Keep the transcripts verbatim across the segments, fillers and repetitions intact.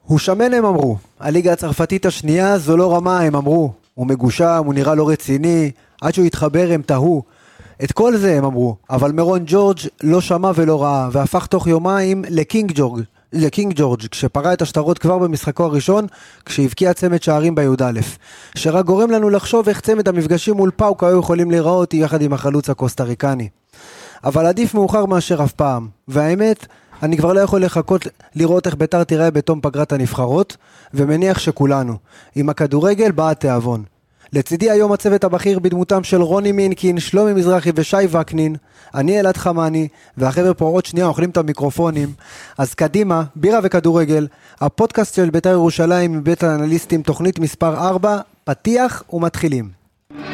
הוא שמן הם אמרו, הליגה הצרפתית השנייה זו לא רמה הם אמרו, הוא מגושם, הוא נראה לא רציני, עד שהוא יתחבר הם תהו, את כל זה הם אמרו, אבל מרון ג'ורג' לא שמע ולא ראה, והפך תוך יומיים לקינג ג'ורג', לקינג ג'ורג', כשפרה את השטרות כבר במשחקו הראשון, כשהבקיע צמד שערים בי"א, שרק גורם לנו לחשוב איך צמד המפגשים מול פאוק היו יכולים להיראות יחד עם החלוץ הקוסטריקני. אבל עדיף מאוחר מאשר אף פעם, והאמת, אני כבר לא יכול לחכות לראות איך בית"ר תיראה בתום פגרת הנבחרות, ומניח שכולנו, עם הכדורגל בא התיאבון. לצידי היום הצוות הבכיר בדמותם של רוני מינקין, שלומי מזרחי ושי וקנין, אני אלעד חמני, והחבר'ה פה עוד שנייה אוכלים את המיקרופונים, אז קדימה, בירה וכדורגל, הפודקאסט של בית"ר ירושלים מבית האנליסטים, תוכנית מספר ארבע, פתיח ומתחילים.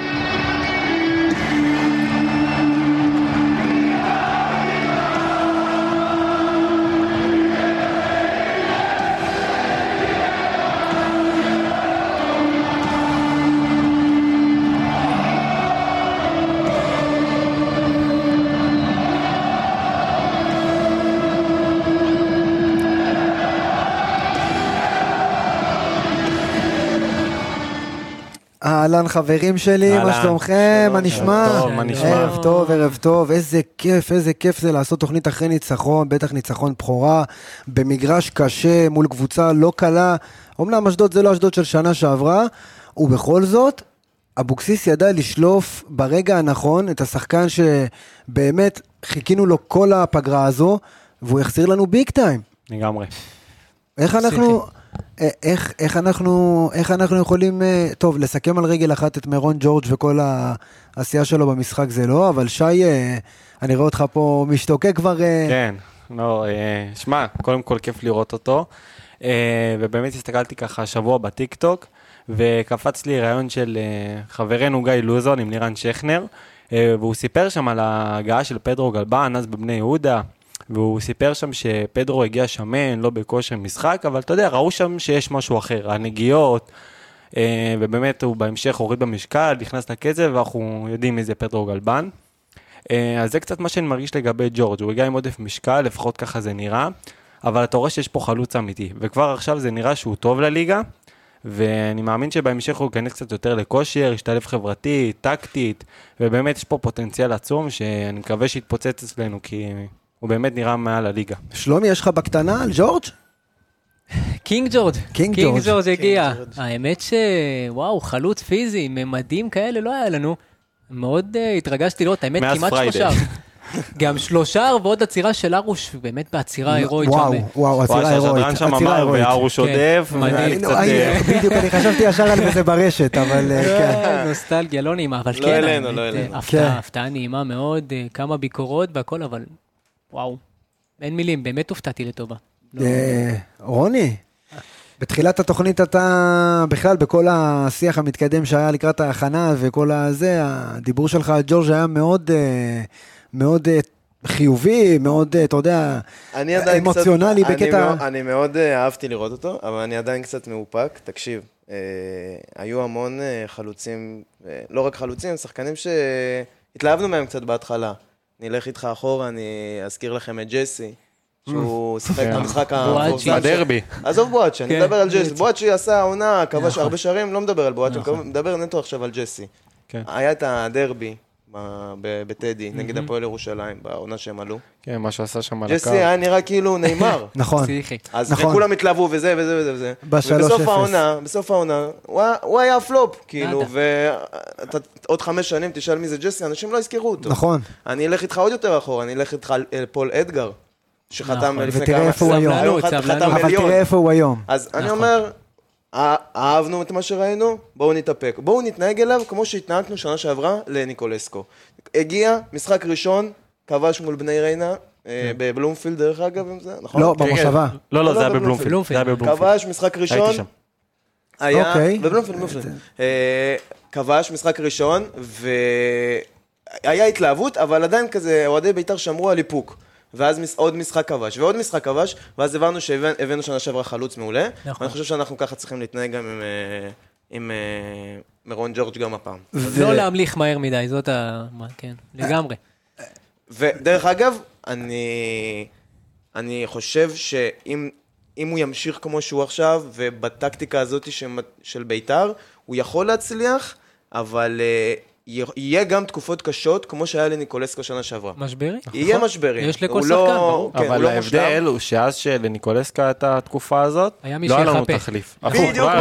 אהלן חברים שלי, מה שלומכם, מה נשמע? ערב טוב, ערב טוב, איזה כיף, איזה כיף זה לעשות תוכנית אחרי ניצחון, בטח ניצחון בחורה, במגרש קשה, מול קבוצה לא קלה, אומנם אשדוד זה לא אשדוד של שנה שעברה, ובכל זאת, אבוקסיס ידע לשלוף ברגע הנכון את השחקן שבאמת חיכינו לו כל הפגרה הזו, והוא יחזיר לנו ביג טיים. לגמרי. איך אנחנו... איך, איך אנחנו, איך אנחנו יכולים, טוב, לסכם על רגל אחת את מרון ג'ורג' וכל העשייה שלו במשחק זה לא, אבל שי, אני רואה אותך פה משתוקק כבר. כן, לא, שמע, קודם כל כיף לראות אותו, ובאמת הסתכלתי ככה שבוע בטיק טוק, וקפץ לי רעיון של חברנו גיא לוזון עם לירן שכנר, והוא סיפר שם על ההגעה של פדרו גלבן, אז בבני יהודה, והוא סיפר שם שפדרו הגיע שמן, לא בכושר משחק, אבל אתה יודע, ראו שם שיש משהו אחר, הנגיעות, ובאמת הוא בהמשך הוריד במשקל, נכנס לקצב, ואנחנו יודעים מי זה פדרו גלבן. אז זה קצת מה שאני מרגיש לגבי ג'ורג', הוא הגיע עם עודף משקל, לפחות ככה זה נראה, אבל אתה רואה שיש פה חלוץ אמיתי, וכבר עכשיו זה נראה שהוא טוב לליגה, ואני מאמין שבהמשך הוא ייכנס קצת יותר לכושר, ישתלב חברתית, טקטית, ובאמת יש פה פוטנציאל עצום, שאני מקווה שיתפוצץ אצלנו, כי הוא באמת נראה מעל הליגה. שלומי, יש לך בקטנה על ג'ורג'? קינג ג'ורג'. קינג ג'ורג' ג'ורג' הגיע. האמת שוואו, חלוץ פיזי, ממדים כאלה לא היה לנו. מאוד התרגשתי לראות, האמת כמעט שלושה. גם שלושה ועוד עצירה של ארוש, באמת בעצירה הירואית. וואו, וואו, עצירה הירואית. השדרן שם אמר וארוש עודף. בדיוק, אני חשבתי ישר על זה ברשת, אבל כן. נוסטלגיה, לא נעימה, אבל כן. לא אלינו, לא אלינו. הפתעה נעימה מאוד, כמה ביקורות והכל, אבל וואו, אין מילים, באמת הופתעתי לטובה. רוני, בתחילת התוכנית אתה, בכלל בכל השיח המתקדם שהיה לקראת ההכנה וכל הזה, הדיבור שלך על ג'ורג' היה מאוד, מאוד חיובי, מאוד, אתה יודע, אמוציונלי בקטע. אני מאוד אהבתי לראות אותו, אבל אני עדיין קצת מאופק. תקשיב, היו המון חלוצים, לא רק חלוצים, שחקנים שהתלהבנו מהם קצת בהתחלה. נלך איתך אחורה, אני אזכיר לכם את ג'סי, שהוא שיחק במשחק בדרבי. עזוב בואצ'י, אני מדבר על ג'סי. בואצ'י עשה עונה, כבש הרבה שערים, לא מדבר על בואצ'י, מדבר נטו עכשיו על ג'סי. היה את הדרבי בטדי, נגד הפועל ירושלים, בעונה שהם עלו. כן, מה שעשה שם על הקו. ג'סי היה נראה כאילו נאמר. נכון. אז כולם התלהבו וזה וזה וזה וזה. ובסוף העונה, בסוף העונה, הוא היה פלופ, כאילו, ועוד חמש שנים תשאל מי זה ג'סי, אנשים לא יזכרו אותו. נכון. אני אלך איתך עוד יותר אחורה, אני אלך איתך על פול אדגר, שחתם לפני כמה... ותראה איפה הוא היום. אבל תראה איפה הוא היום. אז אני אומר, אהבנו את מה שראינו, בואו נתאפק. בואו נתנהג אליו כמו שהתנהגנו שנה שעברה לניקולסקו. הגיע, משחק ראשון, כבש מול בני ריינה, בבלומפילד דרך אגב, עם זה, נכון? לא, במושבה. לא, לא, זה היה בבלומפילד. כבש, משחק ראשון. היה, בבלומפילד, בבלומפילד. כבש, משחק ראשון, והיה התלהבות, אבל עדיין כזה, אוהדי בית"ר שמרו על איפוק. ואז עוד משחק כבש, ועוד משחק כבש, ואז הבנו שהבאנו שנה שעברה חלוץ מעולה, ואני חושב שאנחנו ככה צריכים להתנהג גם עם, עם מרון ג'ורג' גם הפעם. לא להמליך מהר מדי, זאת ה... כן, לגמרי. ודרך אגב, אני, אני חושב שאם אם הוא ימשיך כמו שהוא עכשיו, ובטקטיקה הזאת של ביתר, הוא יכול להצליח, אבל יהיה גם תקופות קשות, כמו שהיה לניקולסקו שנה שעברה. משברי? יהיה משברי. יש לכל שחקן, ברור. אבל ההבדל הוא שאז שלניקולסקו הייתה התקופה הזאת, לא היה לנו תחליף. בדיוק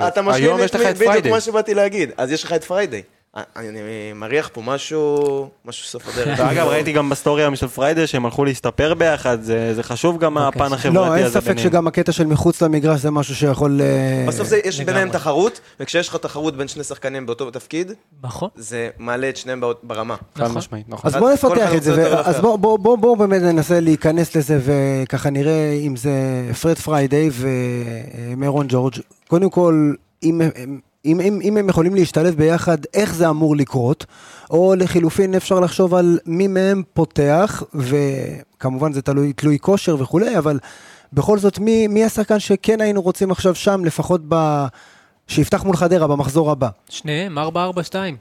מה שבאתי להגיד, אז יש לך את פריידי. אני מריח פה משהו, משהו סוף הדרך. ואגב, ראיתי גם בסטוריה של פריידי שהם הלכו להסתפר ביחד, זה חשוב גם הפן החברתי הזה ביניהם. לא, אין ספק שגם הקטע של מחוץ למגרש זה משהו שיכול... בסוף יש ביניהם תחרות, וכשיש לך תחרות בין שני שחקנים באותו תפקיד, זה מעלה את שניהם ברמה. אז בואו נפתח את זה, אז בואו באמת ננסה להיכנס לזה, וככה נראה אם זה פרד פריידי ומרון ג'ורג'. קודם כל, אם... אם, אם, אם הם יכולים להשתלב ביחד, איך זה אמור לקרות, או לחילופין אפשר לחשוב על מי מהם פותח, וכמובן זה תלוי, תלוי כושר וכולי, אבל בכל זאת, מי, מי השחקן שכן היינו רוצים עכשיו שם, לפחות ב... שיפתח מול חדרה במחזור הבא? שניהם, ארבע ארבע שתיים.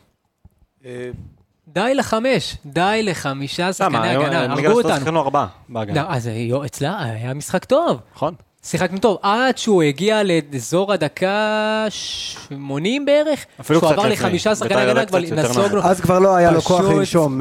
די לחמש, די לחמישה שחקני הגנה, הרגו אותנו. שחקנו ארבע בהגנה. אז אצלה היה משחק טוב. נכון. שיחקנו טוב, עד שהוא הגיע לאזור הדקה שמונים בערך, אפילו שהוא עבר לחמישה שחקני הגנה, כבר נסוגנו. אז כבר לא היה לו כוח לנשום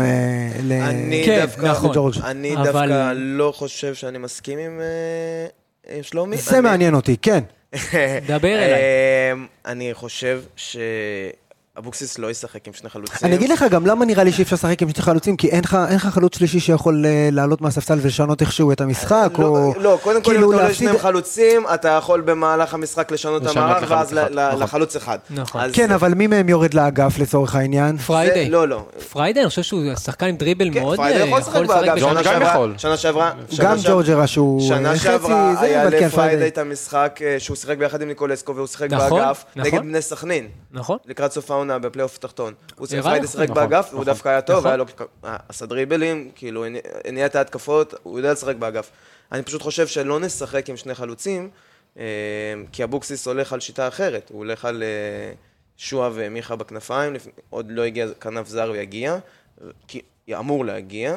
לג'ורג'. אני דווקא לא חושב שאני מסכים עם שלומי. זה מעניין אותי, כן. דבר אליי. אני חושב ש... אבוקסיס לא ישחק עם שני חלוצים. אני אגיד לך גם למה נראה לי שאפשר לשחק עם שני חלוצים, כי אין לך חלוץ שלישי שיכול לעלות מהספסל ולשנות איכשהו את המשחק, או... לא, קודם כל אם אתה עולה שני חלוצים, אתה יכול במהלך המשחק לשנות את המערך, ואז לחלוץ אחד. כן, אבל מי מהם יורד לאגף לצורך העניין? פריידי. לא, לא. פריידי, אני חושב שהוא שחקן עם דריבל מאוד... פריידי יכול לשחק באגף. שנה שעברה... גם ג'ורג'רה שהוא שנה שעברה היה לפריידי את המשחק שהוא שיחק ביחד עם ניקולסקו והוא שיחק באגף נגד בני סכנין. לקראת סוף העונה בפלייאוף התחתון. הוא פריידי שיחק באגף, והוא דווקא היה טוב, היה לו עשה דריבלים, כאילו, הניע את ההתקפות, הוא יודע לשחק באגף. אני פשוט חושב שלא נשחק עם שני חלוצים, כי אבוקסיס הולך על שיטה אחרת, הוא הולך על שועה ומיכה בכנפיים, עוד לא הגיע כנף זר ויגיע, כי אמור להגיע,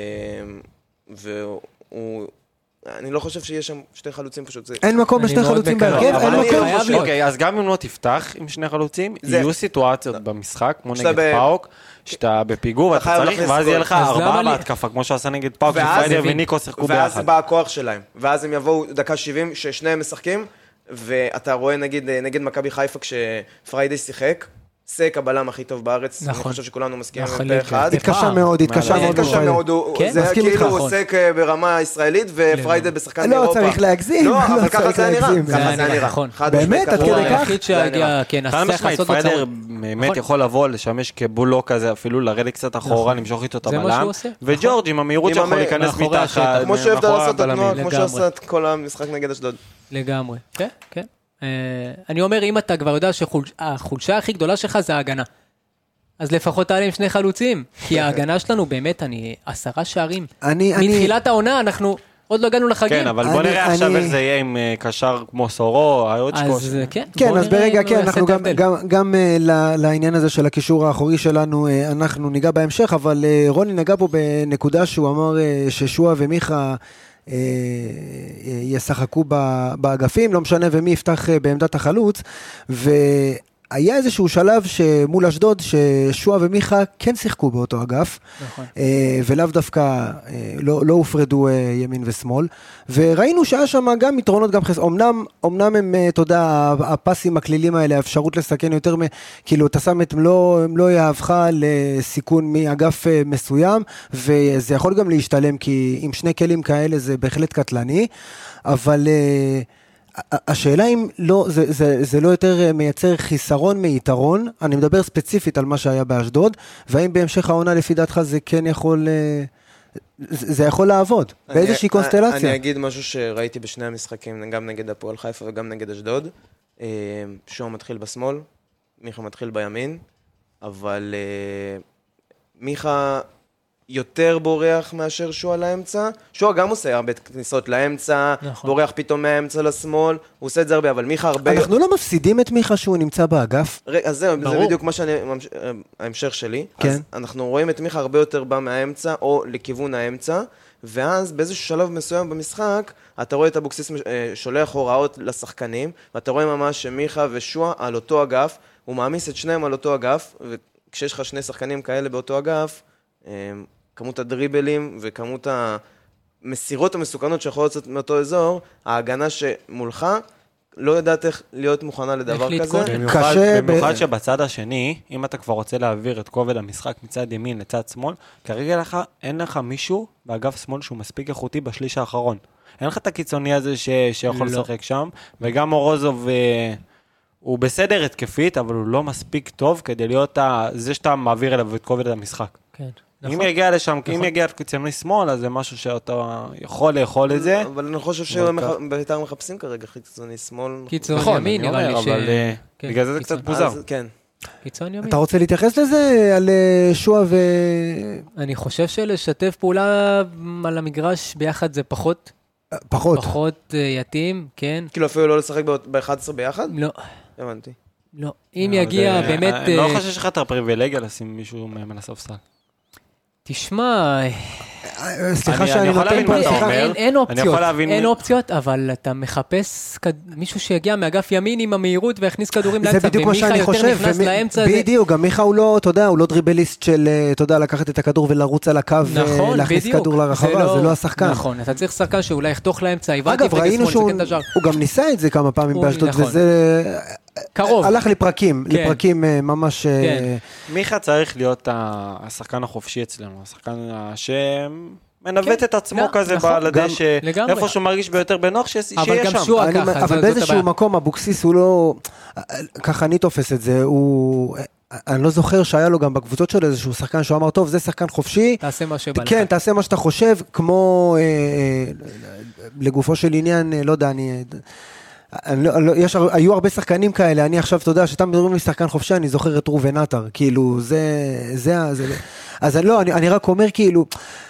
והוא... אני לא חושב שיש שם שני חלוצים פשוט. אין מקום לשני חלוצים בהרכב, אין מקום. אוקיי, אז גם אם לא תפתח עם שני חלוצים, יהיו סיטואציות במשחק, כמו נגד פאוק, שאתה בפיגור ואתה צריך, ואז יהיה לך ארבעה בהתקפה, כמו שעשה נגד פאוק, שפריידי וניקו שיחקו ביחד. ואז בא הכוח שלהם, ואז הם יבואו דקה שבעים, ששניהם משחקים, ואתה רואה נגד מכבי חיפה כשפריידי שיחק, סק הבלם הכי טוב בארץ, אני חושב שכולנו מסכימים פה אחד. התקשה מאוד, התקשה מאוד. התקשה מאוד, זה כאילו הוא סק ברמה ישראלית, ופריידי בשחקן אירופה. לא צריך להגזים. לא, אבל ככה זה נראה. ככה זה נראה. באמת, עד כדי כך? חד משמעית, פריידי באמת יכול לבוא, לשמש כבולוק כזה, אפילו לרדת קצת אחורה, למשוך איתו את הבלם, וג'ורג' עם המהירות שיכול להיכנס מתחת. כמו שאוהב לעשות את התנועה, כמו שעשה את כל המשחק נגד אשדוד. לגמרי. כן, כן. אני אומר, אם אתה כבר יודע שהחולשה הכי גדולה שלך זה ההגנה, אז לפחות תעלה עם שני חלוצים, כי ההגנה שלנו באמת, אני עשרה שערים. מתחילת העונה אנחנו עוד לא הגענו לחגים. כן, אבל בוא נראה עכשיו איך זה יהיה עם קשר כמו סורו, היוצ'קו. כן, אז ברגע, כן, אנחנו גם לעניין הזה של הקישור האחורי שלנו, אנחנו ניגע בהמשך, אבל רוני נגע פה בנקודה שהוא אמר ששועה ומיכה ישחקו באגפים, לא משנה ומי יפתח בעמדת החלוץ, והיה איזשהו שלב שמול אשדוד ששועה ומיכה כן שיחקו באותו אגף, ולאו דווקא לא, לא הופרדו ימין ושמאל, וראינו שהיה שם גם יתרונות גם חסר, אמנם, אמנם הם, אתה יודע, הפסים הכלילים האלה, האפשרות לסכן יותר, כאילו אתה שם את מלוא, מלוא יאהבך לסיכון מאגף מסוים, וזה יכול גם להשתלם, כי עם שני כלים כאלה זה בהחלט קטלני, אבל השאלה אם לא, זה, זה, זה לא יותר מייצר חיסרון מיתרון, אני מדבר ספציפית על מה שהיה באשדוד, והאם בהמשך העונה לפי דעתך זה כן יכול, זה יכול לעבוד, באיזושהי קונסטלציה. אני אגיד משהו שראיתי בשני המשחקים, גם נגד הפועל חיפה וגם נגד אשדוד, שועה מתחיל בשמאל, מיכה מתחיל בימין, אבל מיכה יותר בורח מאשר שועה לאמצע. שועה גם עושה הרבה כניסות לאמצע, נכון. בורח פתאום מהאמצע לשמאל, הוא עושה את זה הרבה, אבל מיכה הרבה... אנחנו לא מפסידים את מיכה שהוא נמצא באגף? רגע, אז זהו, זה בדיוק מה שאני... ההמשך שלי. כן. אז אנחנו רואים את מיכה הרבה יותר בא מהאמצע, או לכיוון האמצע, ואז באיזשהו שלב מסוים במשחק, אתה רואה את אבוקסיס שולח הוראות לשחקנים, ואתה רואה ממש שמיכה ושועה על אותו אגף, הוא מעמיס את שניהם על אותו אגף, וכשיש לך שני שחקנים כאלה באותו אגף, כמות הדריבלים וכמות המסירות המסוכנות שיכולות לצאת מאותו אזור, ההגנה שמולך, לא יודעת איך להיות מוכנה לדבר כזה. במיוחד שבצד השני, אם אתה כבר רוצה להעביר את כובד המשחק מצד ימין לצד שמאל, כרגע לך, אין לך מישהו באגף שמאל שהוא מספיק איכותי בשליש האחרון. אין לך את הקיצוני הזה ש... שיכול לא. לשחק שם, וגם אורוזוב הוא בסדר התקפית, אבל הוא לא מספיק טוב כדי להיות ה... זה שאתה מעביר אליו את כובד המשחק. כן. נכון. אם יגיע לשם, נכון. אם יגיע קיצוני שמאל, אז זה משהו שאתה יכול לאכול את זה. אבל אני חושב שבית"ר מחפשים כרגע קיצוני שמאל. קיצוני נכון, ימין, נראה לי ש... אבל כן. בגלל זה זה קצת פוזר. כן. קיצון ימין. אתה רוצה להתייחס לזה על שועה ו... אני חושב שלשתף פעולה על המגרש ביחד זה פחות... פחות. פחות יתאים, כן. כאילו אפילו לא לשחק ב-אחד עשר ביחד? לא. הבנתי. לא. אם יגיע באמת... אני לא חושב שיש לך את הפריבילגיה לשים מישהו מהם לספסל. תשמע, סליחה שאני נותן פה, אין אופציות, אין אופציות, אבל אתה מחפש מישהו שיגיע מאגף ימין עם המהירות והכניס כדורים לאמצע, זה בדיוק מה שאני חושב, בדיוק, גם מיכה הוא לא, אתה יודע, הוא לא דריבליסט של, אתה יודע, לקחת את הכדור ולרוץ על הקו ולהכניס כדור לרחבה, זה לא השחקן. נכון, אתה צריך שחקן שאולי יחתוך לאמצע, אגב, ראינו שהוא גם ניסה את זה כמה פעמים באשדוד, וזה... קרוב. הלך לפרקים, כן. לפרקים ממש... כן. מיכה צריך להיות השחקן החופשי אצלנו, השחקן שמנווט כן. את עצמו לא, כזה נכון, בלדשא, איפה שהוא מרגיש ביותר בנוח, ש... שיהיה שם. אני, ככה, אבל באיזשהו מקום, אבוקסיס הוא לא... ככה אני תופס את זה, הוא... אני לא זוכר שהיה לו גם בקבוצות שלו איזשהו שחקן שהוא אמר, טוב, זה שחקן חופשי. תעשה מה שבא לך. כן, תעשה מה שאתה חושב, כמו אה, אה, לגופו של עניין, לא יודע, אני... לא, לא, יש, היו הרבה שחקנים כאלה, אני עכשיו, אתה יודע, שאתה מדברים לי שחקן חופשי, אני זוכר את רובן עטר, כאילו, זה, זה, זה, אז לא, אני, אני רק אומר, כאילו,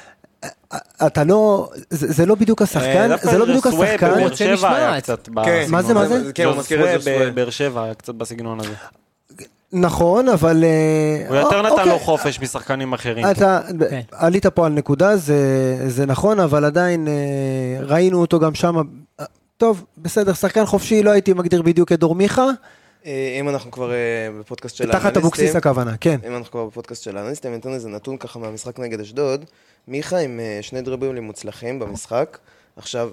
אתה לא, זה, זה לא בדיוק השחקן, זה לא בדיוק השחקן. באר שבע היה קצת בסגנון. מה זה, מה זה? כן, הוא מזכיר את זה. באר שבע היה קצת בסגנון הזה. נכון, אבל... הוא יותר נתן לו חופש משחקנים אחרים. אתה עלית פה על נקודה, זה נכון, אבל עדיין ראינו אותו גם שם... טוב, בסדר, שחקן חופשי, לא הייתי מגדיר בדיוק את דור מיכה. אם אנחנו כבר בפודקאסט של האנליסטים... תחת אבוקסיס הכוונה, כן. אם אנחנו כבר בפודקאסט של האנליסטים, נתן איזה נתון ככה מהמשחק נגד אשדוד, מיכה עם שני דריבלים מוצלחים במשחק. עכשיו...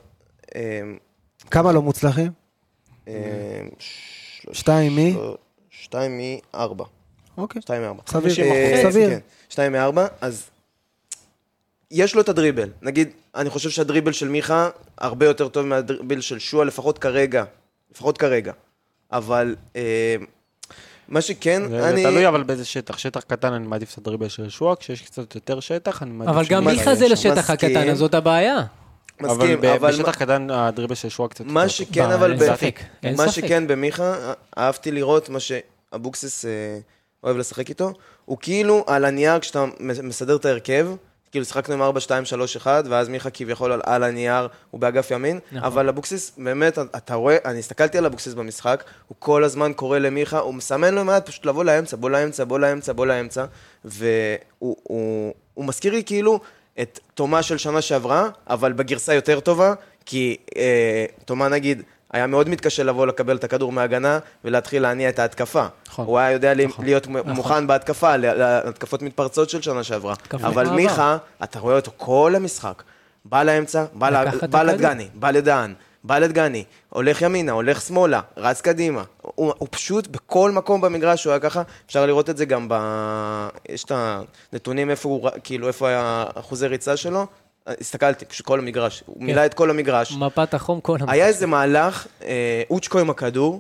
כמה לא מוצלחים? שתיים מי? שתיים מי ארבע. אוקיי. שתיים מי ארבע. סביר. סביר. שתיים מי ארבע, אז... יש לו את הדריבל. נגיד, אני חושב שהדריבל של מיכה הרבה יותר טוב מהדריבל של שועה, לפחות כרגע. לפחות כרגע. אבל אה, מה שכן, זה אני... זה תלוי אבל באיזה שטח. שטח קטן אני מעדיף את הדריבל של שועה, כשיש קצת יותר שטח אני מעדיף... אבל גם מיכה זה לשטח הקטן, אז זאת הבעיה. מסכים, אבל, אבל בשטח קטן הדריבל של שועה קצת... מה שכן, אבל... מה שכן במיכה, אהבתי לראות מה שאבוקסיס אוהב לשחק איתו, הוא כאילו על הנייר כשאתה מסדר את ההרכב, כאילו שחקנו עם ארבע שתיים שלוש אחת, ואז מיכה כביכול על, על הנייר, הוא באגף ימין, נכון. אבל אבוקסיס, באמת, אתה רואה, אני הסתכלתי על אבוקסיס במשחק, הוא כל הזמן קורא למיכה, הוא מסמן לו מעט פשוט לבוא לאמצע, בוא לאמצע, בוא לאמצע, בוא לאמצע, והוא הוא, הוא, הוא מזכיר לי כאילו את תומה של שנה שעברה, אבל בגרסה יותר טובה, כי אה, תומה נגיד, היה מאוד מתקשה לבוא לקבל את הכדור מהגנה, ולהתחיל להניע את ההתקפה. נכון. הוא היה יודע נכון. להיות נכון. מוכן בהתקפה, להתקפות מתפרצות של שנה שעברה. אבל מיכה, אתה רואה אותו כל המשחק, בא לאמצע, בא, לה, בא לדגני, בא לדען, בא לדגני, הולך ימינה, הולך שמאלה, רץ קדימה. הוא, הוא פשוט בכל מקום במגרש, הוא היה ככה, אפשר לראות את זה גם ב... יש את הנתונים איפה הוא, כאילו איפה היה אחוזי ריצה שלו, הסתכלתי, פשוט כל המגרש, הוא מילא את כל המגרש. מפת החום כל המגרש. היה איזה מהלך, אוצ'קו עם הכדור,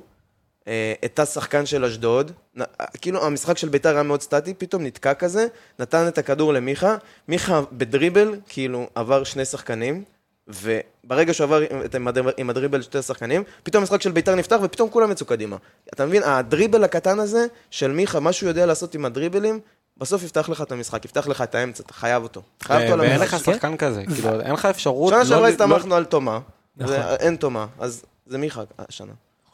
הייתה שחקן של אשדוד, כאילו המשחק של ביתר היה מאוד סטטי, פתאום נתקע כזה, נתן את הכדור למיכה, מיכה בדריבל, כאילו עבר שני שחקנים, וברגע שהוא עבר עם הדריבל שתי שחקנים, פתאום המשחק של ביתר נפתח, ופתאום כולם יצאו קדימה. אתה מבין, הדריבל הקטן הזה של מיכה, מה שהוא יודע לעשות עם הדריבלים, בסוף יפתח לך את המשחק, יפתח לך את האמצע, אתה חייב אותו. ואין לך שחקן כזה, כאילו, אין לך אפשרות... שנה שעברה הסתמכנו על תומה, אין תומה, אז זה מיכה השנה.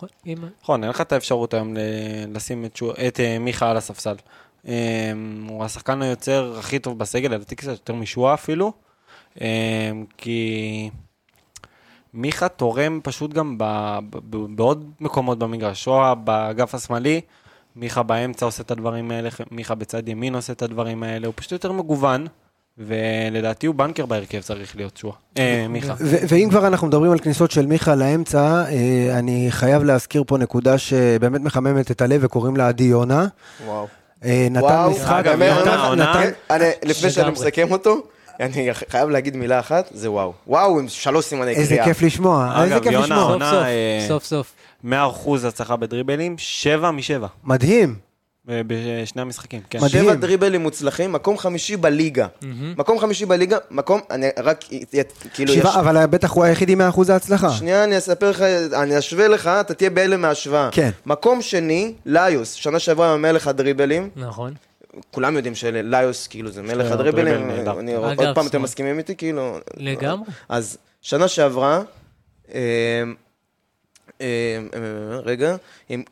נכון, אין לך את האפשרות היום לשים את מיכה על הספסל. הוא השחקן היוצר הכי טוב בסגל, לדעתי קצת יותר משועה אפילו, כי מיכה תורם פשוט גם בעוד מקומות במגרש, או באגף השמאלי, מיכה באמצע עושה את הדברים האלה, מיכה בצד ימין עושה את הדברים האלה, הוא פשוט יותר מגוון, ולדעתי הוא בנקר בהרכב צריך להיות שואה, מיכה. ואם כבר אנחנו מדברים על כניסות של מיכה לאמצע, אני חייב להזכיר פה נקודה שבאמת מחממת את הלב, וקוראים לה עדי יונה. וואו. נתן משחק, לפני שאני מסכם אותו, אני חייב להגיד מילה אחת, זה וואו. וואו, עם שלוש סימני קריאה. איזה כיף לשמוע, איזה כיף לשמוע. סוף סוף. מאה אחוז הצלחה בדריבלים, שבע משבע. מדהים. בשני המשחקים, כן. מדהים. שבע דריבלים מוצלחים, מקום חמישי בליגה. מקום חמישי בליגה, מקום, אני רק, כאילו... שבע, אבל בטח הוא היחידי מאה אחוז ההצלחה. שנייה, אני אספר לך, אני אשווה לך, אתה תהיה בהלם מההשוואה. כן. מקום שני, ליוס, שנה שעברה עם מלך הדריבלים. נכון. כולם יודעים שליוס, כאילו, זה מלך הדריבלים. עוד פעם אתם מסכימים איתי, כאילו... לגמרי. אז שנה שעברה, רגע, עם...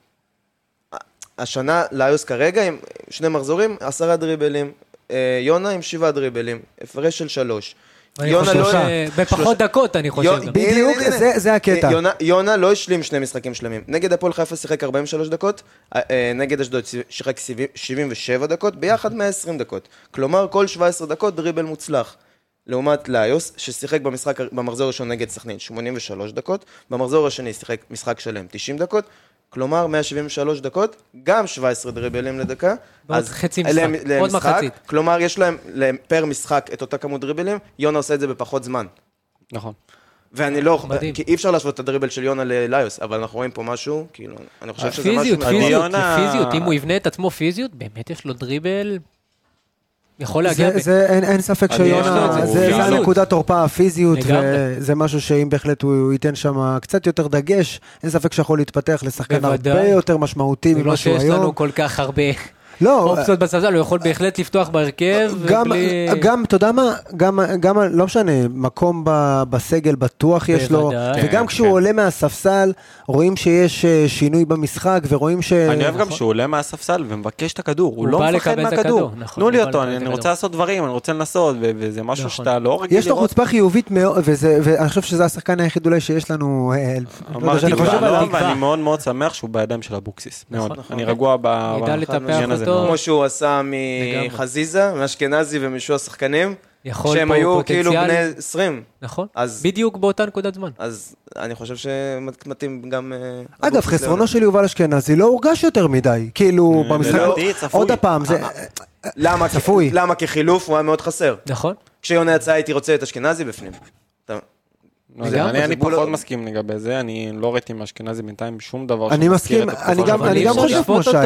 השנה ליוס כרגע עם שני מחזורים, עשרה דריבלים, יונה עם שבעה דריבלים, הפרש של שלוש. יונה לא... בפחות דקות אני חושב. בדיוק, זה הקטע. יונה לא השלים שני משחקים שלמים. נגד הפועל חיפה שיחק ארבעים ושלוש דקות, נגד אשדוד שיחק שבעים ושבע דקות, ביחד מאה ועשרים דקות. כלומר, כל שבע עשרה דקות דריבל מוצלח. לעומת ליוס, ששיחק במשחק, במחזור הראשון נגד סכנין, שמונים ושלוש דקות, במחזור השני שיחק משחק שלם, תשעים דקות, כלומר, מאה שבעים ושלוש דקות, גם שבע עשרה דריבלים לדקה. אז חצי משחק, עוד מחצית. כלומר, יש להם פר משחק את אותה כמות דריבלים, יונה עושה את זה בפחות זמן. נכון. ואני לא, כי אי אפשר להשוות את הדריבל של יונה לליוס, אבל אנחנו רואים פה משהו, כאילו, אני חושב שזה משהו... פיזיות, פיזיות, פיזיות, אם הוא יבנה את עצמו פיזיות, באמת יש לו דריבל... יכול להגיע... אין ספק שיונה, זה הנקודת תורפה, הפיזיות, וזה משהו שאם בהחלט הוא ייתן שם קצת יותר דגש, אין ספק שיכול להתפתח לשחקן הרבה יותר משמעותי ממה שהוא היום. ולא שיש לנו כל כך הרבה אופציות בספסל, הוא יכול בהחלט לפתוח בהרכב. גם, אתה יודע מה, גם, לא משנה, מקום בסגל בטוח יש לו, וגם כשהוא עולה מהספסל, רואים שיש שינוי במשחק, ורואים ש... אני אוהב גם שהוא עולה מהספסל ומבקש את הכדור, הוא לא מפחד מהכדור. תנו לי אותו, אני רוצה לעשות דברים, אני רוצה לנסות, וזה משהו שאתה לא רגיל לראות. יש לו חוצפה חיובית מאוד, ואני חושב שזה השחקן היחיד אולי שיש לנו... ואני מאוד מאוד שמח שהוא בידיים של אבוקסיס. אני רגוע בעניין הזה. כמו שהוא עשה מחזיזה, מאשכנזי ומשהו השחקנים, שהם היו כאילו בני עשרים. נכון, בדיוק באותה נקודת זמן. אז אני חושב שמתאים גם... אגב, חסרונו של יובל אשכנזי לא הורגש יותר מדי, כאילו במשחק... עוד הפעם, זה... צפוי. למה כחילוף הוא היה מאוד חסר. נכון. כשיונה יצא הייתי רוצה את אשכנזי בפנים. אני פחות מסכים לגבי זה, אני לא ראיתי מאשכנזי בינתיים שום דבר אני מסכים, אני גם חושב כמו שי.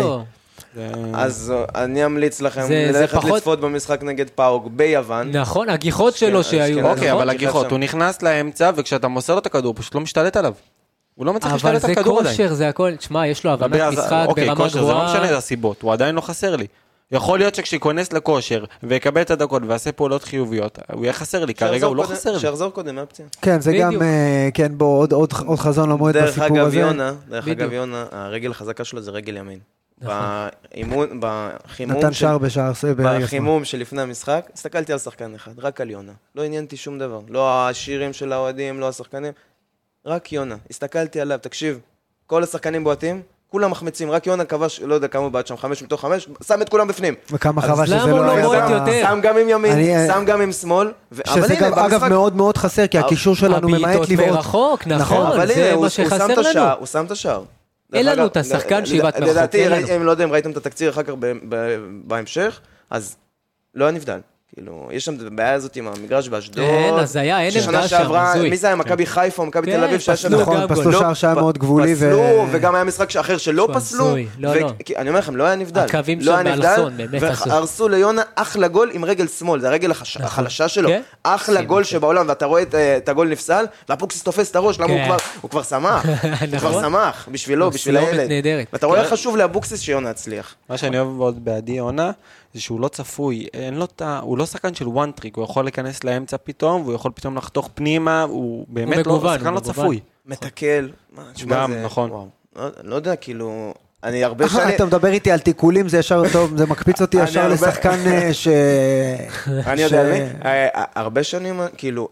אז אני אמליץ לכם ללכת לצפות במשחק נגד פאוק ביוון. נכון, הגיחות שלו שהיו. אוקיי, אבל הגיחות, הוא נכנס לאמצע, וכשאתה מוסר לו את הכדור, פשוט לא משתלט עליו. הוא לא מצליח להשתלט את הכדור עדיין. אבל זה כושר, זה הכל, תשמע, יש לו הבנת משחק ברמה גבוהה. אוקיי, כושר, זה לא משנה את הסיבות, הוא עדיין לא חסר לי. יכול להיות שכשיכונס לכושר ויקבל את הדקות ועשה פעולות חיוביות, הוא יהיה חסר לי, כרגע הוא לא חסר לי. שיחזור קודם, מה הפציעה? כן, זה גם, כן, בוא, עוד חזון למועד בסיפור הזה. דרך אגב יונה, הרגל החזקה שלו זה רגל ימין. בחימום, נתן שער בשער, בחימום שלפני המשחק, הסתכלתי על שחקן אחד, רק על יונה. לא עניינתי שום דבר. לא השירים של האוהדים, לא השחקנים, רק יונה. הסתכלתי עליו, תקשיב, כל השחקנים בועטים, כולם מחמצים, רק יונה כבש, לא יודע כמה בעט שם, חמש מתוך חמש, שם את כולם בפנים. וכמה חבש שזה לא היה. שם גם עם ימין, שם גם עם שמאל. שזה גם אגב מאוד מאוד חסר, כי הקישור שלנו ממעט לבעוט. מרחוק, נכון, זה מה שחסר לנו. הוא שם את השער. אין לנו את השחקן שיבט מרחוק. לדעתי, אם לא יודע, אם ראיתם את התקציר אחר כך בהמשך, אז לא היה נבדל. כאילו, יש שם את הבעיה הזאת עם המגרש באשדוד. אין, אז היה, אין נבדל שם, הזוי. מי זה היה? מכבי חיפה, מכבי תל אביב, שהיה שם... נכון, פסלו שער שהיה מאוד גבולי. פסלו, וגם היה משחק אחר שלא פסלו. לא, לא. אני אומר לכם, לא היה נבדל. הקווים שם באלכסון, באמת עשו. והרסו ליונה אחלה גול עם רגל שמאל, זה הרגל החלשה שלו. אחלה גול שבעולם, ואתה רואה את הגול נפסל, והפוקסיס תופס את הראש, למה הוא כבר שמח. הוא כבר שמח, בשבילו, בשביל הילד. ואתה רואה חשוב לאבוקסיס שיונה הצליח. מה שאני אוהב עוד בעדי יונה, זה שהוא לא צפוי, אין לו ת... הוא לא שחקן של one trick, הוא יכול להיכנס לאמצע פתאום, והוא יכול פתאום לחתוך פנימה, הוא באמת לא, שחקן לא צפוי. מתקל. גם, נכון. לא יודע, כאילו, אני הרבה שנים... אתה מדבר איתי על תיקולים, זה ישר טוב, זה מקפיץ אותי ישר לשחקן ש... אני יודע, הרבה שנים, כאילו,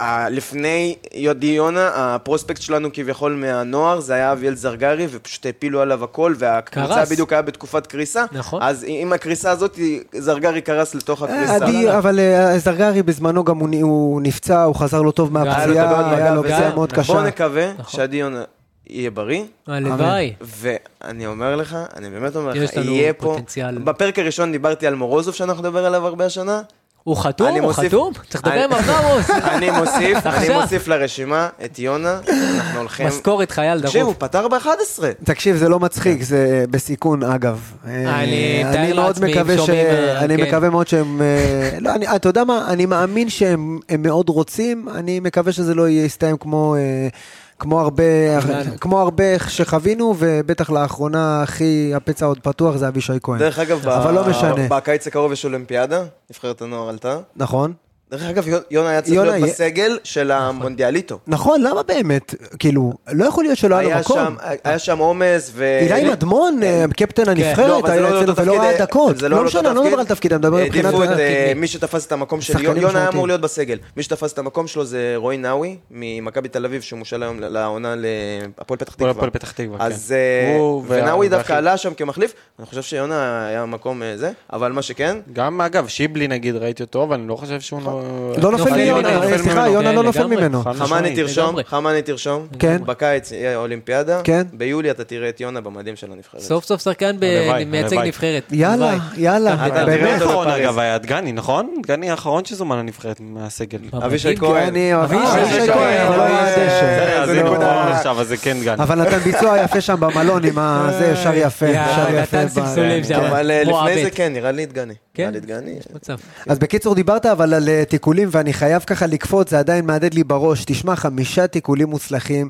לפני יודי יונה, הפרוספקט שלנו כביכול מהנוער, זה היה אביאל זרגרי, ופשוט הפילו עליו הכל, והקריסה בדיוק היה בתקופת קריסה, אז עם הקריסה הזאת, זרגרי קרס לתוך הקריסה. אבל זרגרי בזמנו גם הוא נפצע, הוא חזר לו טוב מהפציעה, היה לו פציעה מאוד קשה. בוא נקווה שעדי יונה יהיה בריא. הלוואי. ואני אומר לך, אני באמת אומר לך, יהיה פה, בפרק הראשון דיברתי על מורוזוב שאנחנו נדבר עליו הרבה השנה. הוא חתום? הוא חתום? צריך לדבר עם אברמוס. אני מוסיף, אני מוסיף לרשימה את יונה, אנחנו הולכים... משכורת חייל דרוף. תקשיב, הוא פתר ב-אחת עשרה. תקשיב, זה לא מצחיק, זה בסיכון אגב. אני מתאר לעצמי, אני מקווה מאוד שהם... לא, אתה יודע מה, אני מאמין שהם מאוד רוצים, אני מקווה שזה לא יסתיים כמו... כמו הרבה, כמו הרבה שחווינו, ובטח לאחרונה הכי הפצע עוד פתוח זה אבישי כהן. דרך אגב, אבל לא משנה. בקיץ הקרוב יש אולימפיאדה, נבחרת הנוער עלתה. נכון. דרך אגב, יונה היה צריך להיות בסגל של המונדיאליטו. נכון, למה באמת? כאילו, לא יכול להיות שלא היה לו מקום. היה שם עומס ו... אילי מדמון, קפטן הנבחרת, היה אצלנו ולא היה דקות. לא משנה, לא מדבר על תפקיד, אני מדבר מבחינת... מי שתפס את המקום של יונה היה אמור להיות בסגל. מי שתפס את המקום שלו זה רועי נאווי, ממכבי תל אביב, שמושל היום לעונה להפועל פתח תקווה. הפועל פתח תקווה, אז... ונאווי דווקא עלה שם כמחליף. אני חושב שיונה היה מקום זה, אבל מה שכן... גם אגב, שיבלי נגיד, ראיתי אותו, אבל אני לא חושב שהוא לא נופל מיונה, סליחה, יונה לא נופל ממנו. חמני תרשום, חמני תרשום, בקיץ יהיה אולימפיאדה, ביולי אתה תראה את יונה במדים של הנבחרת. סוף סוף שחקן מייצג נבחרת. יאללה, יאללה. הדבר האחרון אגב היה דגני, נכון? דגני האחרון שזומן לנבחרת מהסגל. אבישי כהן. אבישי כהן, אבל לא היה זה נקודה עכשיו, אז זה כן גני. אבל נתן ביצוע יפה שם במלון עם זה, ישר יפה. אבל לפני זה כן, נראה לי את גני. אז בקיצור דיברת אבל על תיקולים, ואני חייב ככה לקפוץ, זה עדיין מעדד לי בראש. תשמע, חמישה תיקולים מוצלחים,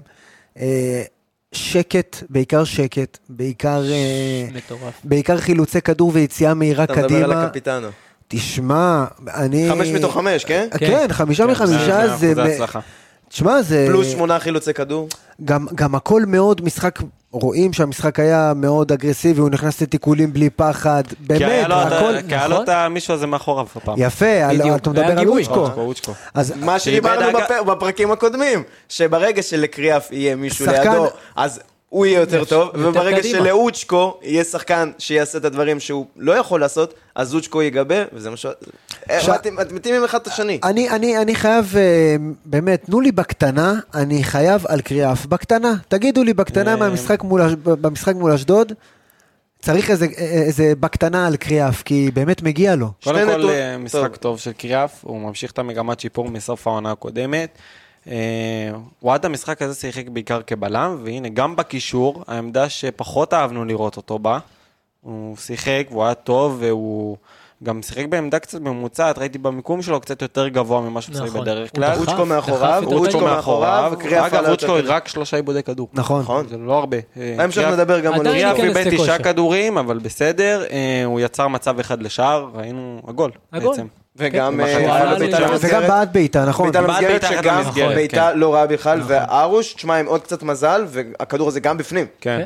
שקט, בעיקר שקט, בעיקר בעיקר חילוצי כדור ויציאה מהירה קדימה. אתה מדבר על הקפיטנו. תשמע, אני... חמש מתוך חמש, כן? כן, חמישה מחמישה זה... תשמע, זה... פלוס שמונה חילוצי כדור. גם הכל מאוד משחק... רואים שהמשחק היה מאוד אגרסיבי, הוא נכנס לתיקולים בלי פחד, באמת, הכל... כי היה לו את המישהו הזה מאחוריו הפעם. יפה, אתה מדבר על אוצ'קו. מה שדיברנו בפרקים הקודמים, שברגע שלקריאף יהיה מישהו לידו, אז הוא יהיה יותר טוב, וברגע שלאוצ'קו יהיה שחקן שיעשה את הדברים שהוא לא יכול לעשות, אז אוצ'קו ייגבה, וזה משהו... אתם מתאימים אחד את השני. אני חייב, באמת, תנו לי בקטנה, אני חייב על קריאף. בקטנה, תגידו לי בקטנה במשחק מול אשדוד, צריך איזה בקטנה על קריאף, כי באמת מגיע לו. קודם כל, משחק טוב של קריאף, הוא ממשיך את המגמת שיפור מסוף העונה הקודמת, הוא עד המשחק הזה שיחק בעיקר כבלם, והנה גם בקישור, העמדה שפחות אהבנו לראות אותו בה, הוא שיחק והוא היה טוב, והוא גם שיחק בעמדה קצת ממוצעת, ראיתי במיקום שלו קצת יותר גבוה ממה שהוא שיחק בדרך כלל. אוצ'קו מאחוריו, אוצ'קו מאחוריו, אגב אוצ'קו רק שלושה עיבודי כדור. נכון. זה לא הרבה. המשך נדבר גם על קריאף איבד תשעה כדורים, אבל בסדר, הוא יצר מצב אחד לשער, ראינו הגול בעצם. וגם וגם בעד ביתה, נכון. ביתה למסגרת שגם ביתה לא רעה בכלל, והארוש, תשמע, עם עוד קצת מזל, והכדור הזה גם בפנים. כן.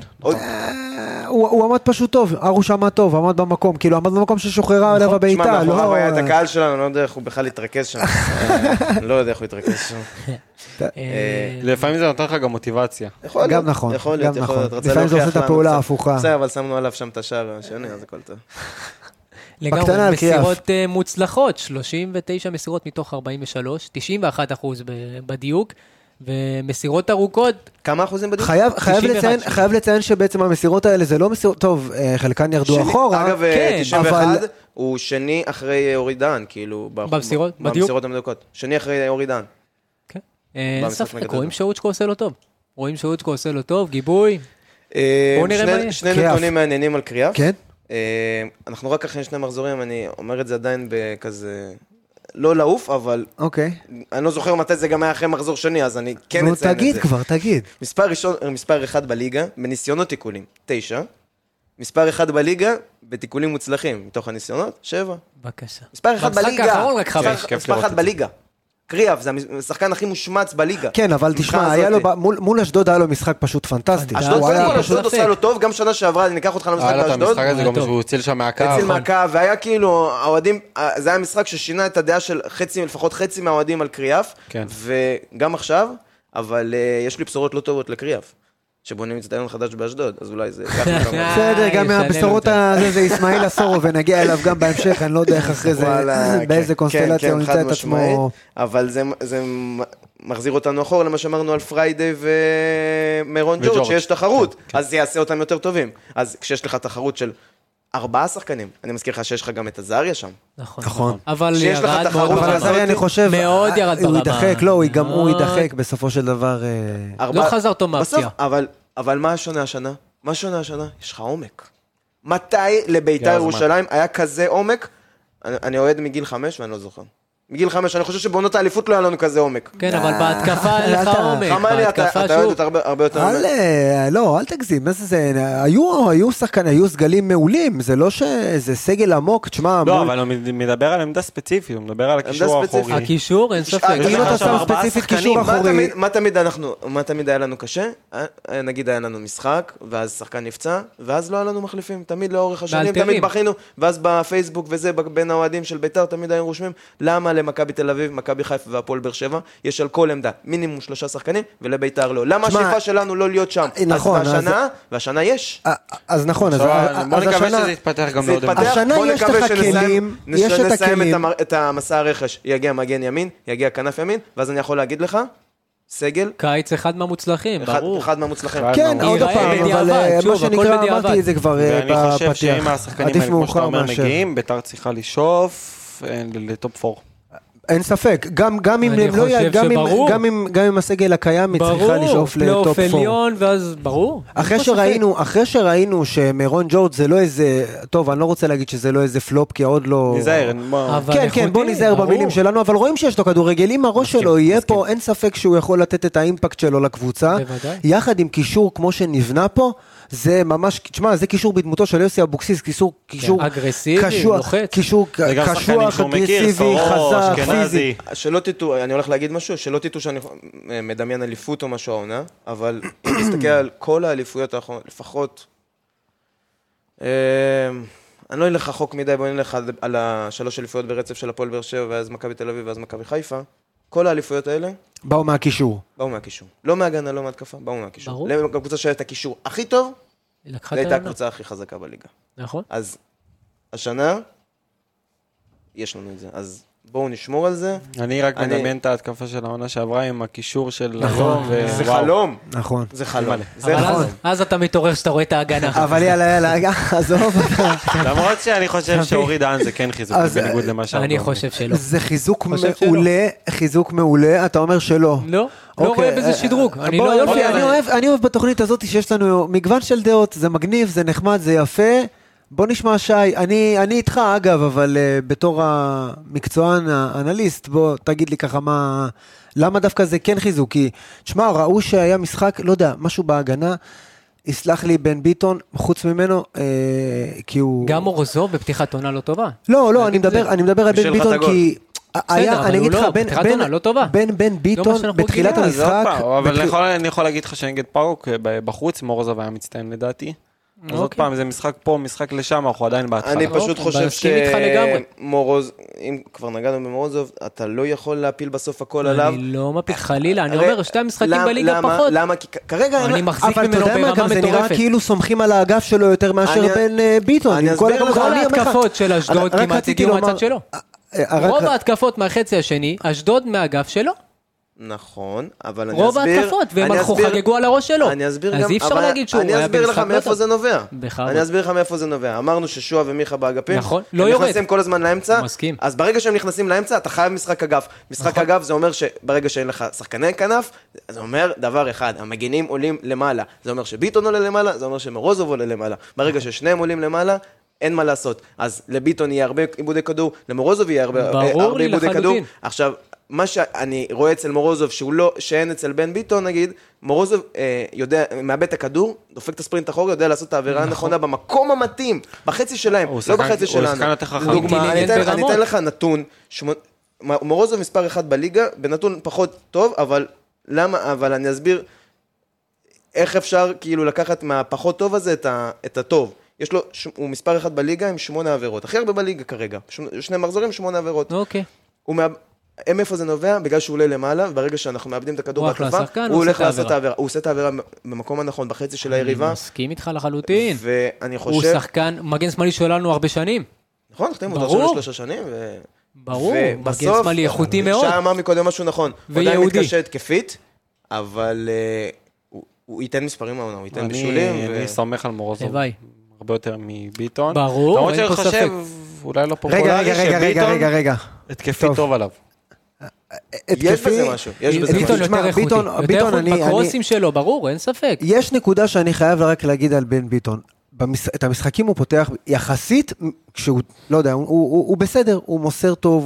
הוא עמד פשוט טוב, ארוש עמד טוב, עמד במקום, כאילו עמד במקום ששוחררה עליו הביתה. תשמע, מאחוריו היה את הקהל שלנו, לא יודע איך הוא בכלל יתרכז שם. לא יודע איך הוא יתרכז שם. לפעמים זה נותן לך גם מוטיבציה. גם נכון, יכול להיות, יכול להיות. לפעמים זה עושה את הפעולה ההפוכה. בסדר, אבל שמנו עליו שם את השער השני, אז הכל טוב. לגמרי, מסירות מוצלחות, שלושים ותשע מסירות מתוך ארבעים ושלוש, תשעים ואחד אחוז בדיוק, ומסירות ארוכות... כמה אחוזים בדיוק? חייב לציין שבעצם המסירות האלה זה לא מסירות... טוב, חלקן ירדו אחורה. אגב, תשעים ואחד הוא שני אחרי אורידן, כאילו... במסירות, בדיוק. במסירות המדוקות. שני אחרי אורידן. כן. ספק, רואים שאוצ'קו עושה לו טוב. רואים שאוצ'קו עושה לו טוב, גיבוי. בואו נראה מה יהיה. שני נתונים מעניינים על קריאף. כן. אנחנו רק אחרי שני מחזורים, אני אומר את זה עדיין בכזה, לא לעוף, אבל אני לא זוכר מתי זה גם היה אחרי מחזור שני, אז אני כן אציין את זה. תגיד כבר, תגיד. מספר ראשון, מספר אחד בליגה, בניסיונות תיקולים, תשע. מספר אחד בליגה, בתיקולים מוצלחים, מתוך הניסיונות, שבע. בבקשה. מספר אחד בליגה. האחרון רק חמש. מספר אחד בליגה. קריאף, זה השחקן הכי מושמץ בליגה. כן, אבל תשמע, היה לו, מול, מול אשדוד היה לו משחק פשוט פנטסטי. אשדוד, קודם כל, אשדוד עושה לו טוב, גם שנה שעברה, אני אקח אותך למשחק באשדוד. היה לו את המשחק הזה, גם שהוא הציל שם מהקו. הציל מהקו, והיה כאילו, האוהדים, זה היה משחק ששינה את הדעה של חצי, לפחות חצי מהאוהדים על קריאף, וגם עכשיו, אבל יש לי בשורות לא טובות לקריאף. שבונים מצטיון חדש באשדוד, אז אולי זה... בסדר, גם מהבשורות הזה זה ישמעאל אסורו, ונגיע אליו גם בהמשך, אני לא יודע איך אחרי זה, באיזה קונסטלציה הוא נמצא את עצמו. אבל זה מחזיר אותנו אחורה, למה שאמרנו על פריידי ומרון ג'ורג' שיש תחרות, אז זה יעשה אותם יותר טובים. אז כשיש לך תחרות של ארבעה שחקנים, אני מזכיר לך שיש לך גם את עזריה שם. נכון. אבל ירד מאוד ברמה. אבל עזריה אני חושב, מאוד ירד ברמה. הוא ידחק, לא, גם הוא ידחק בסופו של דבר. לא חזר אותו מהפציעה. אבל מה השונה השנה? מה השונה השנה? יש לך עומק. מתי לביתר ירושלים היה כזה עומק? אני אוהד מגיל חמש ואני לא זוכר. מגיל חמש, אני חושב שבעונות האליפות לא היה לנו כזה עומק. כן, אבל בהתקפה אין לך עומק. חמני, אתה אוהד הרבה יותר עומק. לא, אל תגזים. היו שחקנים, היו סגלים מעולים. זה לא שזה סגל עמוק, תשמע... לא, אבל הוא מדבר על עמדה ספציפית, הוא מדבר על הקישור האחורי. הקישור, אין ספק. אם אתה שם ספציפית קישור אחורי... מה תמיד היה לנו קשה? נגיד היה לנו משחק, ואז שחקן נפצע, ואז לא היה לנו מחליפים. תמיד לאורך השנים, תמיד בכינו, ואז בפייסבוק וזה, בין האוהדים של ביתר, תמיד היו רושמים, למה למכבי תל אביב, מכבי חיפה והפועל באר שבע, יש על כל עמדה מינימום שלושה שחקנים, ולביתר לא. למה השאיפה שלנו לא להיות שם? נכון. והשנה, והשנה יש. אז נכון, אז בוא נקווה שזה יתפתח גם לא יודע. השנה יש לך כלים, יש את הכלים. נסיים את המסע הרכש, יגיע מגן ימין, יגיע כנף ימין, ואז אני יכול להגיד לך, סגל. קיץ אחד מהמוצלחים, ברור. אחד מהמוצלחים. כן, עוד פעם, אבל מה שנקרא, אמרתי את זה כבר בפתיח. ואני חושב שאם השחקנים האלה, כמו שאתה אומר, מגיעים, ביתר צריכה לשאוף לטופ ארבע. אין ספק, גם גם אם לא גם אם גם אם גם אם הסגל הקיים צריכה לשאוף לטופ ארבע. ואז ברור. אחרי שראינו, אחרי שראינו שמרון ג'ורג' זה לא איזה, טוב, אני לא רוצה להגיד שזה לא איזה פלופ, כי עוד לא... נזהר. כן, כן, בוא נזהר במילים שלנו, אבל רואים שיש לו כדורגל, אם הראש שלו יהיה פה, אין ספק שהוא יכול לתת את האימפקט שלו לקבוצה, יחד עם קישור כמו שנבנה פה, זה ממש, תשמע, זה קישור בדמותו של יוסי אבוקסיס, קישור, קישור אגרסיבי, לוחץ. קישור קשוח, אגרסיבי, חזק, פיזי. שלא תטעו, אני הולך להגיד משהו, שלא תטעו שאני מדמיין אליפות או משהו העונה, אבל אם נסתכל על כל האליפויות האחרונות, לפחות, אני לא אלך רחוק מדי, בוא נלך על השלוש אליפויות ברצף של הפועל באר שבע, ואז מכבי תל אביב, ואז מכבי חיפה, כל האליפויות האלה, באו מהקישור. באו מהקישור. לא מהגנה, לא מהתקפה, באו מהקישור. לקבוצה שהייתה הקישור הכי טוב, זו הייתה הקבוצה הכי חזקה בליגה. נכון. אז השנה, יש לנו את זה. אז בואו נשמור על זה. אני רק מדמיין את ההתקפה של העונה שעברה עם הקישור של... זה חלום. נכון. זה חלום. אז אתה מתעורר שאתה רואה את ההגנה. אבל יאללה, יאללה, עזוב. למרות שאני חושב שאורי דהן זה כן חיזוק, בניגוד למה שאתה. אני חושב שלא. זה חיזוק מעולה, חיזוק מעולה, אתה אומר שלא. לא. לא רואה בזה שדרוג. אני אוהב בתוכנית הזאת שיש לנו מגוון של דעות, זה מגניב, זה נחמד, זה יפה. בוא נשמע שי, אני, אני איתך אגב, אבל uh, בתור המקצוען, האנליסט, בוא תגיד לי ככה מה, למה דווקא זה כן חיזוק, כי תשמע, ראו שהיה משחק, לא יודע, משהו בהגנה, יסלח לי בן ביטון, חוץ ממנו, אה, כי הוא... גם מורוזוב בפתיחת עונה לא טובה. לא, לא, אני מדבר, אני מדבר על בן ביטון, כי... היה, אני אגיד לך, בין בן ביטון בתחילת המשחק... אבל אני יכול להגיד לך שנגד פאוק, בחוץ מורוזוב היה מצטיין לדעתי. אז עוד פעם, זה משחק פה, משחק לשם, אנחנו עדיין בהתחלה. אני פשוט חושב שמורוז, אם כבר נגענו במורוזוב, אתה לא יכול להפיל בסוף הכל עליו. אני לא מפיל חלילה, אני אומר, שתי המשחקים בליגה פחות. למה? כי כרגע... אני מחזיק ממנו ברמה מטורפת. זה נראה כאילו סומכים על האגף שלו יותר מאשר בן ביטון. כל ההתקפות של אשדוד כמעט הגיעו מהצד שלו. רוב ההתקפות מהחצי השני, אשדוד מהאגף שלו. נכון, אבל אני אסביר... רוב ההתקפות, והם הלכו חגגו על הראש שלו. אני אסביר גם... אז אי אפשר להגיד שהוא היה במשחק לא טוב. אני אסביר לך מאיפה זה נובע. בכלל. אני אסביר לך מאיפה זה נובע. אמרנו ששועה ומיכה באגפים. נכון, לא יורד. הם יורד. נכנסים כל הזמן לאמצע. מסכים. אז ברגע שהם נכנסים לאמצע, אתה חייב משחק אגף. משחק נכון. אגף זה אומר שברגע שאין לך שחקני כנף, זה אומר דבר אחד, המגינים עולים למעלה. זה אומר שביטון עולה למעלה, זה אומר שמרוזוב עולה למעלה. ברגע ששניהם עולים למעלה, אין מה לעשות. אז לביטון יהיה הרבה עיבודי כדור, למרוזוב יהיה הרבה, הרבה עיבודי כדור. עכשיו, מה שאני רואה אצל מורוזוב, שהוא לא, שאין אצל בן ביטון, נגיד, מורוזוב אה, יודע, מאבד את הכדור, דופק את הספרינט אחורה, יודע לעשות את העבירה הנכונה במקום המתאים, בחצי שלהם, לא בחצי שלנו. הוא שחקן יותר חכם. דוגמה, אני אתן, אני אתן לך נתון, שמונה, מורוזוב מספר אחד בליגה, בנתון פחות טוב, אבל למה, אבל אני אסביר איך אפשר כאילו לקחת מהפחות טוב הזה את, ה, את הטוב. יש לו, הוא מספר אחד בליגה עם שמונה עבירות, הכי הרבה בליגה כרגע, שני מחזורים, שמונה עבירות. אוקיי. הוא מה... מאיפה זה נובע? בגלל שהוא עולה למעלה, וברגע שאנחנו מאבדים את הכדור בהתקפה, הוא הולך לעשות את העבירה. הוא עושה את העבירה במקום הנכון, בחצי של היריבה. אני מסכים איתך לחלוטין. ואני חושב... הוא שחקן, מגן שמאלי שלנו הרבה שנים. נכון, חתימו אותו עכשיו לשלושה שנים, ו... ברור, מגן שמאלי איכותי מאוד. שעה אמר מקודם משהו נכון. ויהודי. הוא עדיין מתקשה התקפית, אבל הוא ייתן מספרים מהעונה, הוא ייתן בישולים. אני סומך על מורוזוב. הרבה יותר מביטון. ברור, אין פה ספק. אולי לא פופולרי, רגע, רגע, רגע, רגע, רגע. התקפי טוב עליו. יש בזה משהו, יש בזה ביטון משהו. יותר איכותי, יותר איכותי בקרוסים שלו, ברור, אין ספק. יש נקודה שאני חייב רק להגיד על בן ביטון. את המשחקים הוא פותח יחסית, כשהוא, לא יודע, הוא בסדר, הוא מוסר טוב,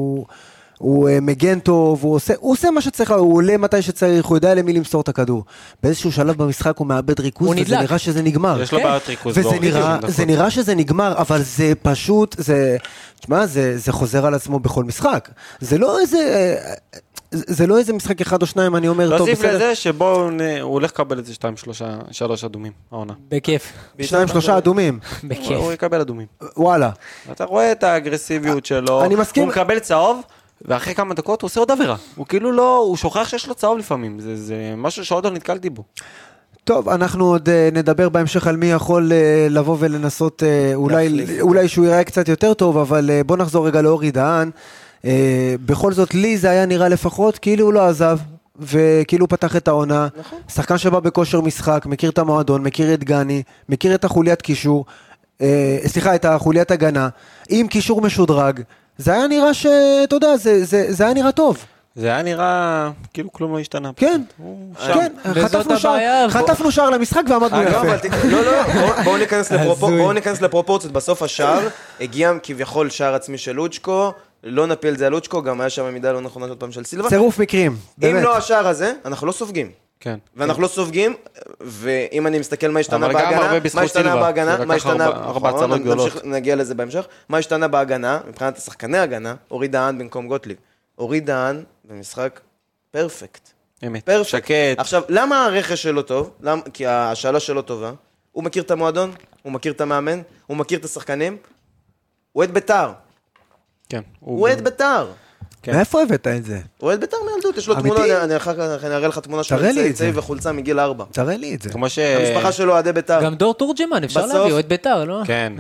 הוא מגן טוב, הוא עושה מה שצריך, הוא עולה מתי שצריך, הוא יודע למי למסור את הכדור. באיזשהו שלב במשחק הוא מאבד ריכוז, וזה נראה שזה נגמר. יש לו בעיות ריכוז. וזה נראה שזה נגמר, אבל זה פשוט, זה, תשמע, זה חוזר על עצמו בכל משחק. זה לא איזה... זה לא איזה משחק אחד או שניים, אני אומר, טוב, בסדר. להוסיף לזה שבו הוא הולך לקבל איזה שתיים, שלושה, שלוש אדומים, העונה. בכיף. שתיים, שלושה אדומים. בכיף. הוא יקבל אדומים. וואלה. אתה רואה את האגרסיביות שלו. אני מסכים. הוא מקבל צהוב, ואחרי כמה דקות הוא עושה עוד עבירה. הוא כאילו לא, הוא שוכח שיש לו צהוב לפעמים. זה, זה משהו שעוד לא נתקלתי בו. טוב, אנחנו עוד נדבר בהמשך על מי יכול לבוא ולנסות, אולי, אולי שהוא יראה קצת יותר טוב, אבל בוא נחזור רגע לאורי דהן. Uh, בכל זאת לי זה היה נראה לפחות כאילו הוא לא עזב וכאילו הוא פתח את העונה, נכון. שחקן שבא בכושר משחק, מכיר את המועדון, מכיר את גני, מכיר את החוליית קישור, uh, סליחה, את החוליית הגנה עם קישור משודרג. זה היה נראה שאתה יודע, זה, זה, זה היה נראה טוב. זה היה נראה כאילו כלום לא השתנה. כן, כן, חטפנו שער, חטפנו שער למשחק ועמדנו יפה. לא, לא, בואו ניכנס לפרופורציות. בסוף השער הגיע כביכול שער עצמי של לוצ'קו, לא נפיל את זה על לוצ'קו, גם היה שם עמידה לא נכונה עוד פעם של סילבה. צירוף מקרים, באמת. אם לא השער הזה, אנחנו לא סופגים. כן. ואנחנו לא סופגים, ואם אני מסתכל מה השתנה בהגנה, מה השתנה בהגנה, מה השתנה, נגיע לזה בהמשך, מה השתנה בהגנה, מבחינת השחקני ההגנה, אורי דהן במקום גוטליב. אורי דהן במשחק פרפקט. אמת. שקט. עכשיו, למה הרכש שלו טוב? כי השאלה שלו טובה. הוא מכיר את המועדון, הוא מכיר את המאמן, הוא מכיר את השחקנים, הוא עד ביתר. כן. הוא עד ביתר. מאיפה הבאת את זה? הוא עד ביתר מילדות, יש לו תמונה, אני אחר כך אראה לך תמונה של צעי וחולצה מגיל ארבע. תראה לי את זה. המשפחה שלו עדי ביתר. גם דור תורג'מן, אפשר להביא, הוא עד ביתר, לא? כן.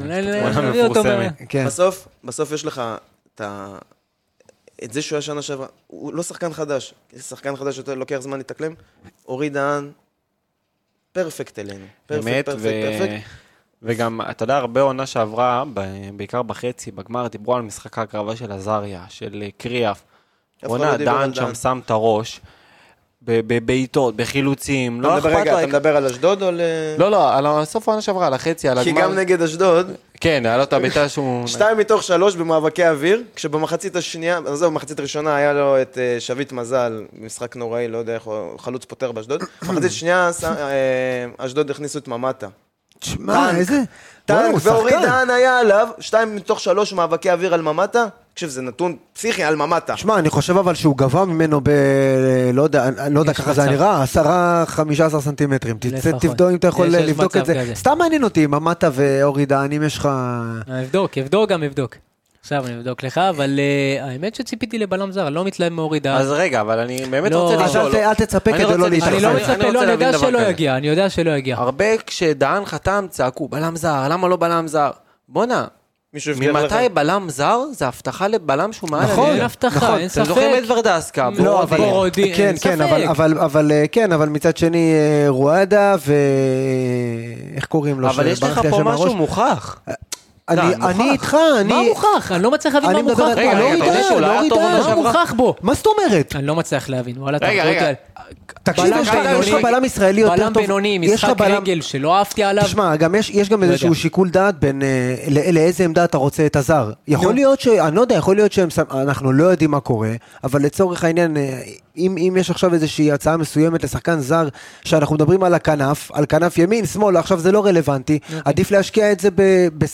בסוף, בסוף יש לך את ה... את זה שהוא היה שנה שעברה, הוא לא שחקן חדש, שחקן חדש יותר לוקח זמן להתאקלם, אורי דהן, פרפקט אלינו. באמת, פרפקט, ו... פרפקט. וגם, אתה יודע, הרבה עונה שעברה, בעיקר בחצי, בגמר, דיברו על משחק הקרבה של עזריה, של קריאף. עונה, דהן שם שם את הראש, בבעיטות, בחילוצים, לא אכפת רגע, אתה מדבר על אשדוד או ל... לא, לא, על סוף העונה שעברה, על החצי, על הגמר. כי גם נגד אשדוד... כן, היה לו את הביתה שהוא... שתיים מתוך שלוש במאבקי אוויר, כשבמחצית השנייה, אז זהו, במחצית הראשונה היה לו את שביט מזל, משחק נוראי, לא יודע איך, חלוץ פותר באשדוד. במחצית השנייה, אשדוד הכניסו את ממטה. תשמע, איזה... טנק, ואורי דהן היה עליו, שתיים מתוך שלוש מאבקי אוויר על ממטה, תקשיב, זה נתון פסיכי על ממטה. תשמע, אני חושב אבל שהוא גבה ממנו ב... לא יודע, לא יודע ככה זה נראה, עשרה, חמישה עשר סנטימטרים. תבדוק אם אתה יכול לבדוק את זה. סתם מעניין אותי, ממטה ואורי דהן, אם יש לך... אבדוק, אבדוק גם אבדוק. עכשיו אני אבדוק לך, אבל האמת שציפיתי לבלם זר, אני לא מתלהב מאורי דהן. אז רגע, אבל אני באמת רוצה לשאול. אל תצפה כדי לא להתרחב. אני לא מצפה, לא, אני יודע שלא יגיע, אני יודע שלא יגיע. הרבה כשדהן חתם צעקו, בלם זר, למה לא בלם זר? בוא'נה, ממתי בלם זר זה הבטחה לבלם שהוא מעל? נכון, אין הבטחה, אין ספק. אתם זוכרים את ורדסקה, בורודי, אין ספק. כן, אבל מצד שני רואדה ואיך קוראים לו? אבל יש לך פה משהו מוכח. אני איתך, אני... מה מוכח? אני לא מצליח להבין מה מוכח בו. לא ידע, מה מוכח בו? מה זאת אומרת? אני לא מצליח להבין. רגע, רגע. תקשיב, יש לך בלם ישראלי יותר טוב. בלם בינוני, משחק רגל שלא אהבתי עליו. תשמע, יש גם איזשהו שיקול דעת בין לאיזה עמדה אתה רוצה את הזר. יכול להיות ש... אני לא יודע, יכול להיות שאנחנו לא יודעים מה קורה, אבל לצורך העניין, אם יש עכשיו איזושהי הצעה מסוימת לשחקן זר, שאנחנו מדברים על הכנף, על כנף ימין, שמאל, עכשיו זה לא רלוונטי, עדיף להשקיע את זה בשחקן זר.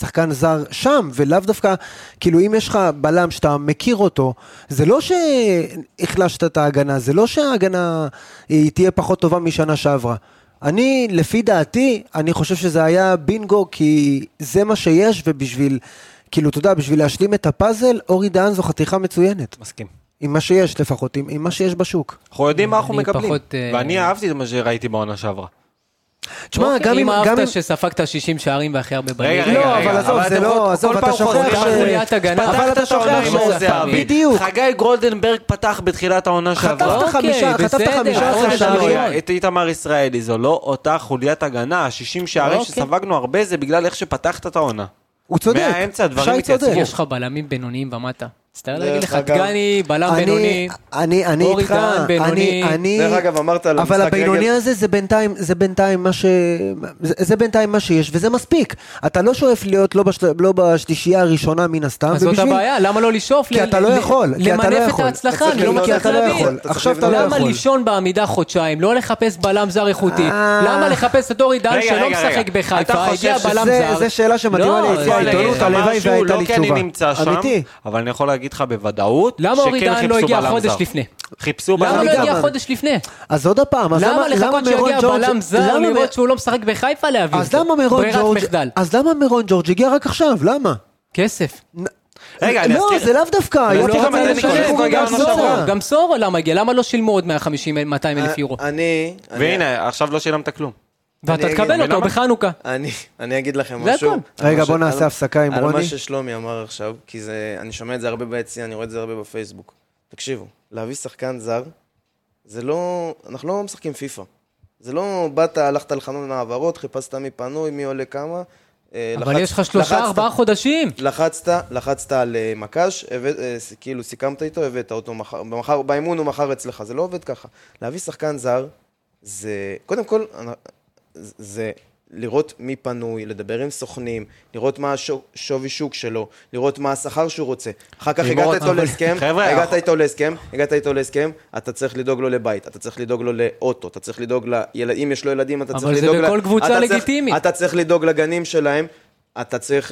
זר שם, ולאו דווקא, כאילו אם יש לך בלם שאתה מכיר אותו, זה לא שהחלשת את ההגנה, זה לא שההגנה היא תהיה פחות טובה משנה שעברה. אני, לפי דעתי, אני חושב שזה היה בינגו, כי זה מה שיש, ובשביל, כאילו, אתה יודע, בשביל להשלים את הפאזל, אורי דהן זו חתיכה מצוינת. מסכים. עם מה שיש לפחות, עם, עם מה שיש בשוק. אנחנו יודעים מה אנחנו מקבלים, פחות, ואני אהבתי את מה שראיתי בעונה שעברה. תשמע, גם אם... אם אהבת שספגת שישים שערים והכי הרבה בליגה. לא, אבל עזוב, זה לא, עזוב, אתה שוכח ש... אבל אתה שוכח ש... בדיוק. חגי גולדנברג פתח בתחילת העונה שעברה. חטפת חמישה, חטפת חמישה שערים. את איתמר ישראלי, זו לא אותה חוליית הגנה, ה-שישים שערים שספגנו הרבה, זה בגלל איך שפתחת את העונה. הוא צודק. מהאמצע, דברים מתייצבו. יש לך בלמים בינוניים ומטה. סתר להגיד לך, דגני, בלם בינוני, אורי דהן בינוני. דרך אגב, אמרת על אבל הבינוני הזה זה בינתיים, זה בינתיים מה ש... זה בינתיים מה שיש, וזה מספיק. אתה לא שואף להיות לא בשלישייה הראשונה מן הסתם. אז זאת הבעיה, למה לא לשאוף? כי אתה לא יכול. למנף את ההצלחה, אני לא מכיר את להבין. עכשיו אתה לא יכול. למה לישון בעמידה חודשיים, לא לחפש בלם זר איכותי? למה לחפש את אורי דהן שלא משחק בחיפה, הגיע בלם זר? זה שאלה שמתאימה ליציאה העיתונות, הלוואי והייתה לי תשובה. אבל אני יכול להגיד לך בוודאות למה אורי דהן לא הגיע חודש לפני? חיפשו בלם זר. למה לא הגיע חודש לפני? אז עוד הפעם, למה לחכות שיגיע בלם זר לראות שהוא לא משחק בחיפה להביא? אז למה מירון ג'ורג' הגיע רק עכשיו? למה? כסף. רגע, אני אזכיר. לא, זה לאו דווקא. גם סורו למה הגיע? למה לא שילמו עוד מאה וחמישים מאתיים אלף יורו? אני... והנה, עכשיו לא שילמת כלום. ואתה תקבל אותו בחנוכה. אני, אני אגיד לכם משהו. רגע, בוא נעשה הפסקה עם רוני. על מה ששלומי אמר עכשיו, כי זה, אני שומע את זה הרבה ביציע, אני רואה את זה הרבה בפייסבוק. תקשיבו, להביא שחקן זר, זה לא, אנחנו לא משחקים פיפה. זה לא, באת, הלכת לחנון העברות, חיפשת מי פנוי, מי עולה כמה. אבל יש לך שלושה, ארבעה חודשים. לחצת, לחצת על מקש, כאילו סיכמת איתו, הבאת אותו מחר, באימון הוא מחר אצלך, זה לא עובד ככה. להביא שחקן זר, זה, קודם כל, זה לראות מי פנוי, לדבר עם סוכנים, לראות מה השווי שוק שלו, לראות מה השכר שהוא רוצה. אחר כך הגעת איתו להסכם, הגעת איתו להסכם, הגעת איתו להסכם, אתה צריך לדאוג לו לבית, אתה צריך לדאוג לו לאוטו, אתה צריך לדאוג לילדים, אם יש לו ילדים, אתה צריך לדאוג... אבל זה בכל קבוצה לגיטימית. אתה צריך לדאוג לגנים שלהם, אתה צריך...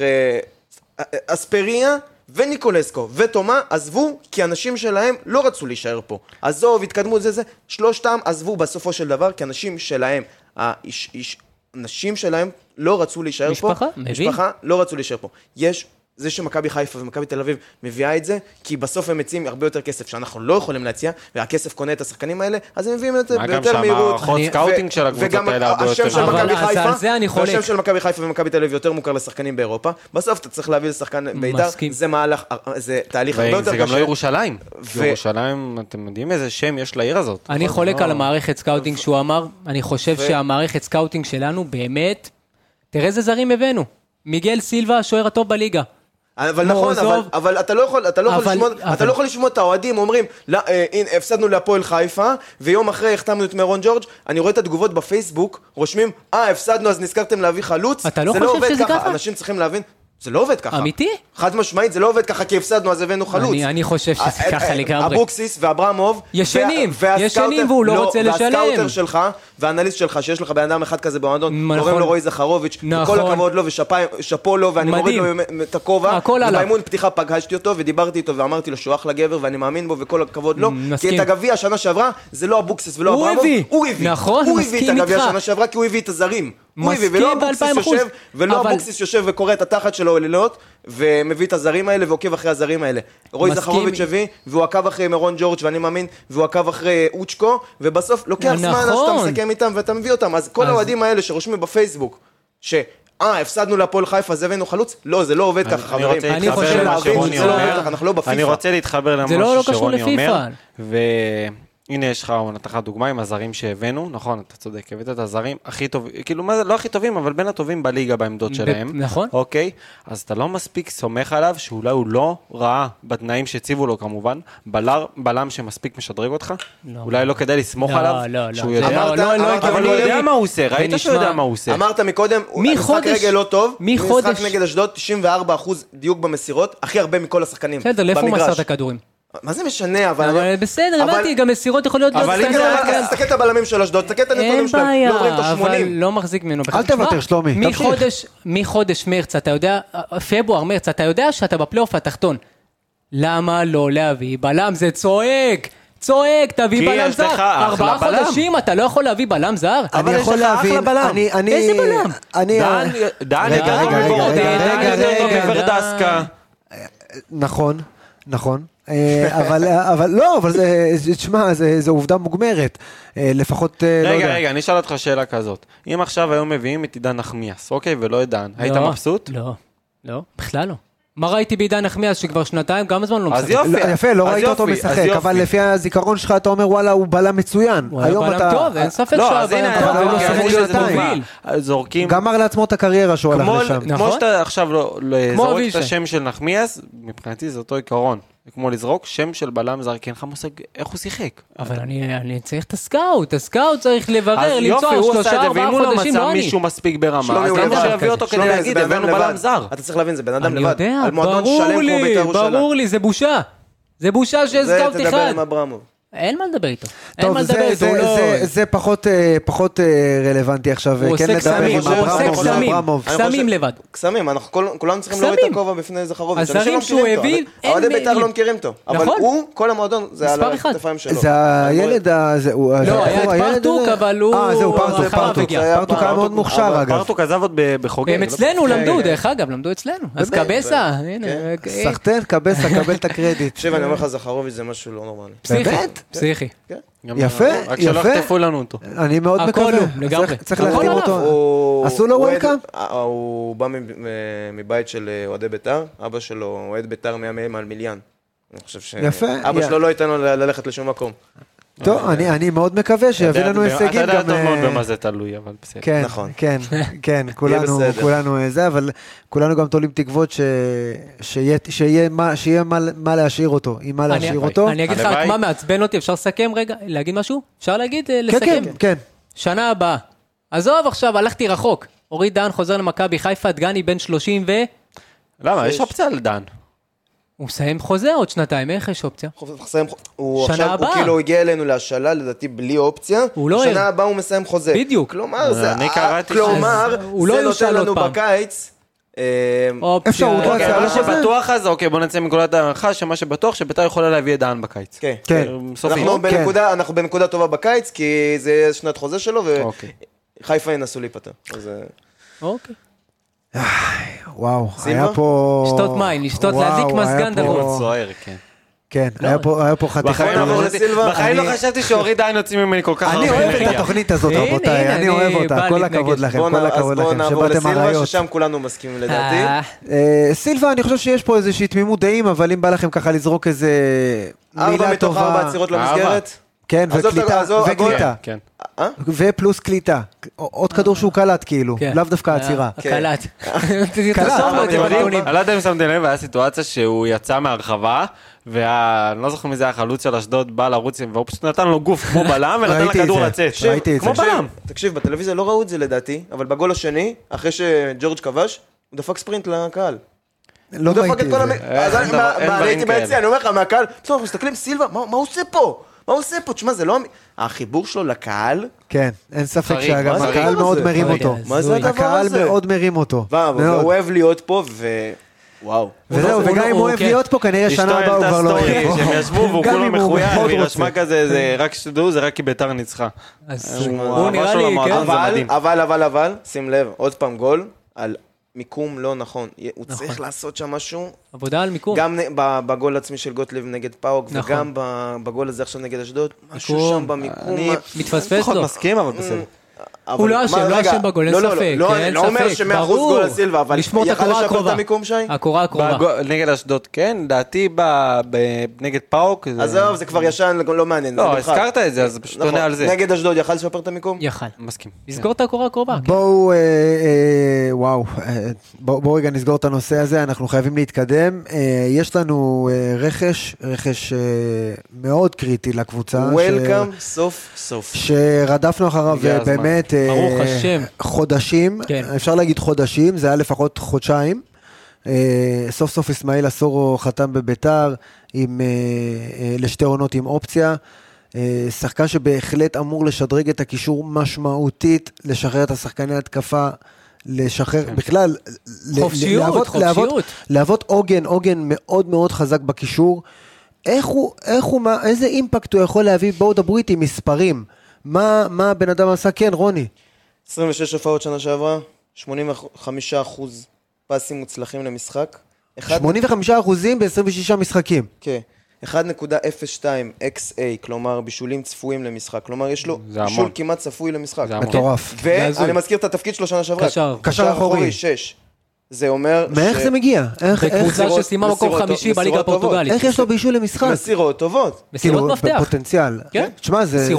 אספריה וניקולסקו ותומה עזבו, כי אנשים שלהם לא רצו להישאר פה. עזוב, התקדמו זה זה, שלושתם עזבו בסופו של דבר, כי אנשים שלהם, האיש, איש, אנשים שלהם לא רצו להישאר משפחה, פה. מבין? משפחה לא רצו להישאר פה. יש, זה שמכבי חיפה ומכבי תל אביב מביאה את זה, כי בסוף הם מציעים הרבה יותר כסף שאנחנו לא יכולים להציע, והכסף קונה את השחקנים האלה, אז הם מביאים את זה ביותר מהירות. מה גם שהמערכות סקאוטינג של הקבוצות האלה הרבה יותר. והשם של מכבי חיפה ומכבי תל אביב יותר מוכר לשחקנים באירופה. בסוף אתה צריך להביא לשחקן בית"ר, זה מהלך, זה תהליך הרבה יותר קשה. זה גם לא ירושלים. ירושלים, אתם יודעים איזה שם יש לעיר הזאת. אני חולק על המערכת סקאוטינג שהוא אמר, אני חושב שהמערכת סקאוטינג שלנו באמת, תראה איזה זרים הבאנו. מיגל סילבה, השוער הטוב בליגה. אבל נכון, אבל, אבל אתה לא יכול, אתה לא יכול לשמוע, אבל... אתה לא יכול לשמוע את האוהדים אומרים, לא, אה, הנה, הפסדנו להפועל חיפה, ויום אחרי החתמנו את מירון ג'ורג', אני רואה את התגובות בפייסבוק, רושמים, אה, הפסדנו, אז נזכרתם להביא חלוץ, אתה לא זה חושב לא עובד שזה ככה. ככה? אנשים צריכים להבין, זה לא עובד ככה. אמיתי? חד משמעית, זה לא עובד ככה, כי הפסדנו, אז הבאנו חלוץ. אני, אני חושב שזה ככה לגמרי. אבוקסיס ואברמוב, ישנים, ישנים והוא לא רוצה לשלם. והסקאוטר שלך, והאנליסט שלך, שיש לך בן אדם אחד כזה במועדון, קוראים לו רועי זכרוביץ', וכל הכבוד לו, ושאפו לו, ואני מוריד לו את הכובע, ובאימון פתיחה פגשתי אותו, ודיברתי איתו, ואמרתי לו שהוא אחלה גבר, ואני מאמין בו, וכל הכבוד לו, כי את הגביע השנה שעברה, זה לא אבוקסיס ולא אברמוב, הוא הביא. נכון, הוא הביא את הגביע השנה שעברה, כי הוא הביא את הזרים. הוא הביא, ולא אבוקסיס יושב, ולא אבוקסיס יושב וקורא את התחת שלו לילות, ומביא את הזרים האלה ועוקב אחרי הזרים האלה. רועי זכרוביץ' הביא, והוא עקב אחרי מירון ג'ורג' ואני מאמין, והוא עקב אחרי אוצ'קו, ובסוף לוקח זמן עד שאתה מסכם איתם ואתה מביא אותם. אז כל האוהדים האלה שרושמים בפייסבוק, ש... אה, הפסדנו להפועל חיפה, זה הבאנו חלוץ? לא, זה לא עובד ככה, חברים. אני רוצה להתחבר למה שרוני אומר. אני רוצה להתחבר למה שרוני אומר. הנה יש לך נתך דוגמה עם הזרים שהבאנו, נכון, אתה צודק, הבאת את הזרים הכי טובים, כאילו לא הכי טובים, אבל בין הטובים בליגה בעמדות שלהם. נכון. אוקיי, אז אתה לא מספיק סומך עליו, שאולי הוא לא ראה בתנאים שהציבו לו כמובן, בלם שמספיק משדרג אותך, אולי לא כדאי לסמוך עליו, שהוא יודע, אבל הוא יודע מה הוא עושה, ראית שהוא יודע מה הוא עושה. אמרת מקודם, משחק רגל לא טוב, משחק נגד אשדוד, תשעים וארבעה אחוז דיוק במסירות, הכי הרבה מכל השחקנים. בסדר, לאיפה הוא מסר את הכדורים? מה זה משנה, אבל... אבל בסדר, הבנתי, גם מסירות יכול להיות... אבל תסתכל את הבלמים של אשדוד, תסתכל את הנתונים שלהם, לא עוברים את ה-שמונים. אבל לא מחזיק ממנו. אל תוותר, שלומי, תמשיך. מחודש מרץ, אתה יודע, פברואר, מרץ, אתה יודע שאתה בפלייאוף התחתון. למה לא להביא בלם? זה צועק! צועק, תביא בלם זר. ארבעה חודשים אתה לא יכול להביא בלם זר? אני יכול להביא בלם. איזה בלם? דן, דן, דן, מברדסקה. נכון, נכון. אבל, אבל לא, אבל זה, תשמע, זה עובדה מוגמרת. לפחות, לא יודע. רגע, רגע, אני אשאל אותך שאלה כזאת. אם עכשיו היום מביאים את עידן נחמיאס, אוקיי, ולא את דן, היית מבסוט? לא, לא, בכלל לא. מה ראיתי בעידן נחמיאס שכבר שנתיים, כמה זמן לא משחק? אז יופי. יפה, לא ראית אותו משחק, אבל לפי הזיכרון שלך אתה אומר, וואלה, הוא בלם מצוין. הוא היה בלם טוב, אין ספק שהוא היה בלם טוב. זורקים... גמר לעצמו את הקריירה שהוא הלך לשם. כמו שאתה עכשיו לזרוק את השם של נחמיאס, מבחינתי זה אותו עיקרון. כמו לזרוק שם של בלם זר, כי אין לך מושג איך הוא שיחק. אבל אני צריך את הסקאוט, הסקאוט צריך לברר, למצוא שלושה, ארבעה חודשים, לא אני. ואם הוא לא מצא מישהו מספיק ברמה, אז למה שיביא אותו כדי להגיד, הבאנו בלם זר. אתה צריך להבין, זה בן אדם לבד. אני יודע, ברור לי, ברור לי, זה בושה. זה בושה שהסקאוט אחד. זה תדבר עם אברמוב. אין מה לדבר איתו. טוב, זה פחות רלוונטי עכשיו. הוא עושה קסמים, הוא עושה קסמים. קסמים לבד. קסמים, כולנו צריכים להוריד את הכובע בפני זכרוביץ'. הזרים שהוא הביא, האוהדי בית"ר לא מכירים אותו. אבל הוא, כל המועדון, זה על הכתפיים שלו. זה הילד, לא, היה את פרטוק, אבל הוא... אה, זהו, פרטוק. פרטוק היה מאוד מוכשר, אגב. פרטוק עזב עוד בחוגג. הם אצלנו למדו, דרך אגב, למדו אצלנו. אז קבסה, הנה. סחטן, קבסה, קבל את הקרדיט. תקשיב, אני אומר לך, זכרוביץ' זה משהו לא נורמלי. באמת? פסיכי. יפה, רק שלא יחטפו לנו אותו. אני מאוד מקווה. צריך להחתים אותו. עשו לו וולקאם? הוא בא מבית של אוהדי בית"ר, אבא שלו אוהד בית"ר מהמהם על מיליאן. אני חושב שאבא שלו לא ייתן לו ללכת לשום מקום. טוב, אני מאוד מקווה שיביא לנו הישגים גם... אתה יודע טוב מאוד במה זה תלוי, אבל בסדר. כן, נכון. כן, כן, כולנו זה, אבל כולנו גם תולים תקוות שיהיה מה להשאיר אותו, עם מה להשאיר אותו. אני אגיד לך רק מה מעצבן אותי, אפשר לסכם רגע? להגיד משהו? אפשר להגיד? לסכם? כן, כן. שנה הבאה. עזוב עכשיו, הלכתי רחוק. אורית דן חוזר למכבי חיפה, דגני בן שלושים ו... למה? יש אופציה לדן. הוא מסיים חוזה עוד שנתיים, איך יש אופציה? הוא עכשיו, הוא כאילו הגיע אלינו להשאלה, לדעתי בלי אופציה, שנה הבאה הוא מסיים חוזה. בדיוק. כלומר, זה נותן לנו בקיץ, אפשרות להציע מה שבטוח אז, אוקיי, בוא נצא מנקודת ההנחה, שמה שבטוח שבית"ר יכולה להביא את דן בקיץ. כן, אנחנו בנקודה טובה בקיץ, כי זה שנת חוזה שלו, וחיפה ינסו להיפטר. אוקיי. וואו, היה פה... לשתות מים, לשתות, להדליק מזגן דבור. סוער, כן. כן, היה פה חתיכה. בחיים לא חשבתי שהוריד עין יוצאים ממני כל כך הרבה. אני אוהב את התוכנית הזאת, רבותיי, אני אוהב אותה, כל הכבוד לכם, כל הכבוד לכם, אז בואו נעבור לסילבה, ששם כולנו מסכימים לדעתי. סילבה, אני חושב שיש פה איזושהי תמימות דעים, אבל אם בא לכם ככה לזרוק איזה מילה טובה... ארבע מתוך ארבע עצירות למסגרת. כן, וקליטה. ופלוס קליטה. עוד כדור שהוא קלט כאילו, לאו דווקא עצירה. קלט. אני לא יודע אם שמתם לב, היה סיטואציה שהוא יצא מהרחבה, ואני לא זוכר מי זה החלוץ של אשדוד, בא לרוץ, והוא פשוט נתן לו גוף כמו בלם, ונתן לכדור לצאת. כמו בלם. תקשיב, בטלוויזיה לא ראו את זה לדעתי, אבל בגול השני, אחרי שג'ורג' כבש, הוא דפק ספרינט לקהל. לא ראיתי את זה. אני הייתי ביציע, אני אומר לך, מהקהל, בסדר, אנחנו מסתכלים, סילבה, מה הוא עושה פה? מה הוא עושה פה? תשמע, זה לא... החיבור שלו לקהל... כן, אין ספק שגם הקהל מאוד מרים אותו. מה זה הדבר הזה? הקהל מאוד מרים אותו. והוא אוהב להיות פה, ו... וואו. וזהו, וגם אם הוא אוהב להיות פה, כנראה שנה הבאה הוא כבר לא יהיה פה. שהם ישבו והוא כולו מחויב, והיא רשמה כזה, רק שתדעו, זה רק כי בית"ר ניצחה. אז הוא נראה לי, כן. אבל, אבל, אבל, שים לב, עוד פעם גול, על... מיקום לא נכון, הוא צריך לעשות שם משהו. עבודה על מיקום. גם בגול עצמי של גוטליב נגד פאוק, וגם בגול הזה עכשיו נגד אשדוד, משהו שם במיקום. אני מתפספס לו. פחות מסכים, אבל בסדר. הוא לא אשם, לא אשם בגול, אין ספק. לא אומר שמאה אחוז גול לסילבה, אבל יכל לשפר את המיקום שי? הקורה הקרובה. נגד אשדוד כן, דעתי נגד פאוק. אז זהו, זה כבר ישן, לא מעניין. לא, הזכרת את זה, אז פשוט עונה על זה. נגד אשדוד יכל לשפר את המיקום? יכל. מסכים. לסגור את הקורה הקרובה. בואו, וואו, בואו רגע נסגור את הנושא הזה, אנחנו חייבים להתקדם. יש לנו רכש, רכש מאוד קריטי לקבוצה. וולקאם, סוף סוף. שרדפנו אחריו באמת ברוך השם. חודשים, כן. אפשר להגיד חודשים, זה היה לפחות חודשיים, סוף סוף אסמאעיל אסורו חתם בביתר, לשתי עונות עם אופציה, שחקן שבהחלט אמור לשדרג את הקישור משמעותית, לשחרר את השחקני התקפה, לשחרר בכלל, חופשיות, חופשיות. להוות עוגן, עוגן מאוד מאוד חזק בקישור. איך הוא, איך הוא, איזה אימפקט הוא יכול להביא? בואו דברו איתי מספרים. מה, מה הבן אדם עשה? כן, רוני. עשרים ושש הופעות שנה שעברה, שמונים וחמישה אחוז פסים מוצלחים למשחק. שמונים וחמישה אחוזים ב-עשרים ושישה משחקים. כן. אחת נקודה אפס שתיים אקס איי, כלומר בישולים צפויים למשחק, כלומר יש לו בישול כמעט צפוי למשחק. זה מטורף. ואני מזכיר את התפקיד שלו שנה שעברה. קשר. קשר אחורי. שש. זה אומר מאיך זה מגיע? בקבוצה שסיימה מקום חמישי בליגה הפורטוגלית. איך יש לו בישול למשחק? מסירות טובות. מסירות מפתח. פוטנציאל. תשמע, זה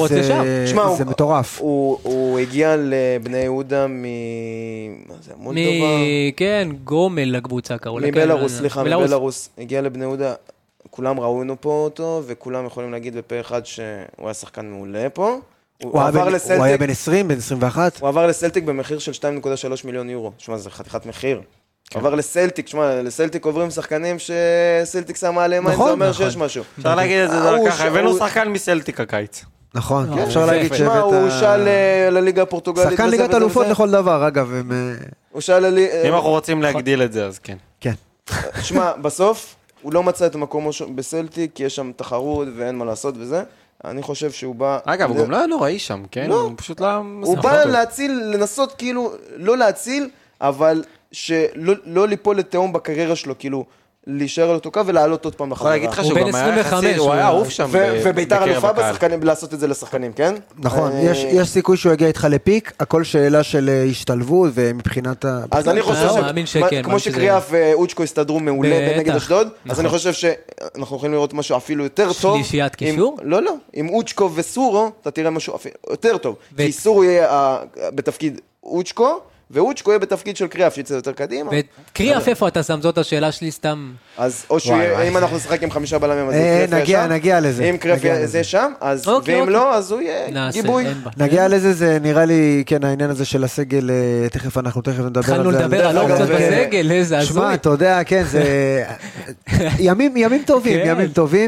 מטורף. הוא הגיע לבני יהודה מ... מה זה, מולדובה? כן, גומל לקבוצה קראו. מבלרוס, סליחה, מבלרוס. הגיע לבני יהודה, כולם ראו פה אותו, וכולם יכולים להגיד בפה אחד שהוא היה שחקן מעולה פה. הוא היה בן עשרים, בן עשרים ואחת. הוא עבר לסלטיק במחיר של שתיים נקודה שלוש מיליון יורו. תשמע, זה חתיכת מחיר. הוא עבר לסלטיק, תשמע, לסלטיק עוברים שחקנים שסלטיק שמה עליהם, זה אומר שיש משהו. אפשר להגיד את זה ככה, הבאנו שחקן מסלטיק הקיץ. נכון, אפשר להגיד שבאת... תשמע, הוא שאל לליגה הפורטוגלית. שחקן ליגת אלופות לכל דבר, אגב. הוא שאל לי... אם אנחנו רוצים להגדיל את זה, אז כן. כן. תשמע, בסוף, הוא לא מצא את המקום בסלטיק, כי יש שם תחרות ואין מה לעשות וזה. אני חושב שהוא בא... אגב, הוא גם לא היה נוראי שם, כן? לא. הוא פשוט לא... הוא בא להציל, לנסות כאילו, לא להציל, אבל שלא ליפול לתאום בקריירה שלו, כאילו, להישאר על אותו קו ולעלות עוד פעם לחברה. להגיד לך שהוא גם היה חצי, הוא היה אהוב שם וביתר אלופה בשחקנים, לעשות את זה לשחקנים, כן? נכון, יש סיכוי שהוא יגיע איתך לפיק, הכל שאלה של השתלבות ומבחינת ה... אז אני חושב שכמו שקריאף ואוצ'קו הסתדרו מעולה בנגד אשדוד, אז אני חושב שאנחנו יכולים לראות משהו אפילו יותר טוב. שלישיית קישור? לא, לא, עם אוצ'קו וסורו, אתה תראה משהו יותר טוב. כי סורו יהיה בתפקיד אוצ'קו, ואוצ'קו יהיה בתפקיד של קריאף, שיצא יותר קדימה. וקריאף איפה אתה שם? זאת השאלה שלי סתם. אז או שאם אנחנו נשחק עם חמישה בלמים, אז קריאף יהיה שם. נגיע לזה. אם קריאף יהיה שם, ואם לא, אז הוא יהיה גיבוי. נגיע לזה, זה נראה לי, כן, העניין הזה של הסגל, תכף אנחנו תכף נדבר על זה. התחלנו לדבר על אופציות בסגל, איזה הזוי. שמע, אתה יודע, כן, זה... ימים טובים, ימים טובים.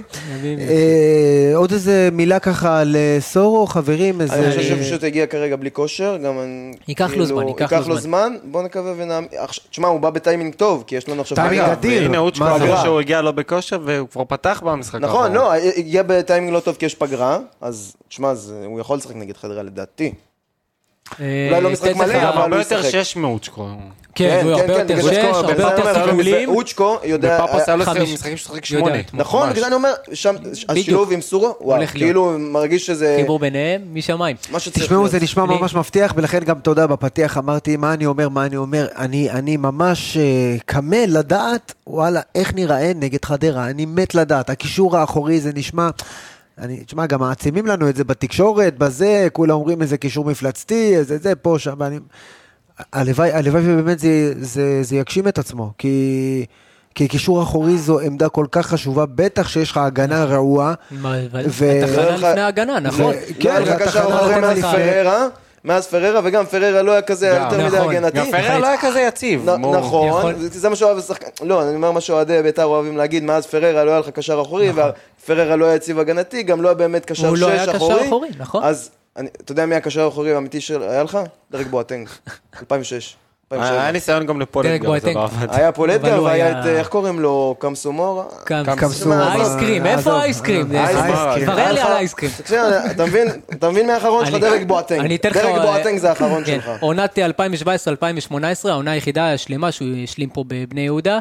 עוד איזה מילה ככה לסורו, חברים, איזה... אני חושב שפשוט הגיע כרגע בלי כושר, גם ייקח לו זמן, ייקח לו זמן, בוא נקווה ונאמין. תשמע, הוא בא בטיימינג טוב, כי יש לנו עכשיו... טיימינג אדיר. הנה, אוצ'קו אמר שהוא הגיע לא בכושר, והוא כבר פתח במשחק. נכון, לא, הגיע בטיימינג לא טוב כי יש פגרה, אז תשמע, הוא יכול לשחק נגד חדרה לדעתי. אולי לא משחק מלא, אבל הוא הרבה יותר שש מאוצ'קו. כן, הוא הרבה יותר שש, הרבה יותר טיפולים. אוצ'קו יודע... בפאפוס היה לו משחקים ששחק שמונה. נכון, כזה אני אומר, שם השילוב עם סורו, וואו, כאילו מרגיש שזה... חיבור ביניהם, משמיים. תשמעו, זה נשמע ממש מבטיח, ולכן גם תודה בפתיח, אמרתי מה אני אומר, מה אני אומר, אני ממש קמל לדעת, וואלה, איך נראה נגד חדרה, אני מת לדעת, הקישור האחורי זה נשמע... אני, תשמע, גם מעצימים לנו את זה בתקשורת, בזה, כולם אומרים איזה קישור מפלצתי, איזה זה, פה, שם, ואני... הלוואי, הלוואי ובאמת זה, זה, זה יגשים את עצמו, כי, כי קישור אחורי זו עמדה כל כך חשובה, בטח שיש לך הגנה רעועה. התחנה לפני ההגנה, נכון. כן, התחנה לפני פררה, מאז פררה, וגם פררה לא היה כזה יותר מדי הגנתי. גם פררה לא היה כזה יציב. נכון, זה מה שאוהב לשחקן, לא, אני אומר מה שאוהדי בית"ר אוהבים להגיד, מאז פררה לא היה לך קשר אחורי, ופררה לא היה יציב הגנתי, גם לא היה באמת קשר שש אחורי. אז אתה יודע מי הקשר האחורי האמיתי שהיה לך? דרק בואטנג, אלפיים ושש. היה ניסיון גם לפולטגר, זה לא עבד. היה פולטגר והיה את, איך קוראים לו, קמסומור? קמסומור. אייסקרים, איפה האייסקרים? תברר לי על האייסקרים. אתה מבין מהאחרון שלך דרק בואטנג. דרק בואטנג זה האחרון שלך. עונת אלפיים שבע עשרה אלפיים שמונה עשרה, העונה היחידה השלמה שהוא השלים פה בבני יהודה.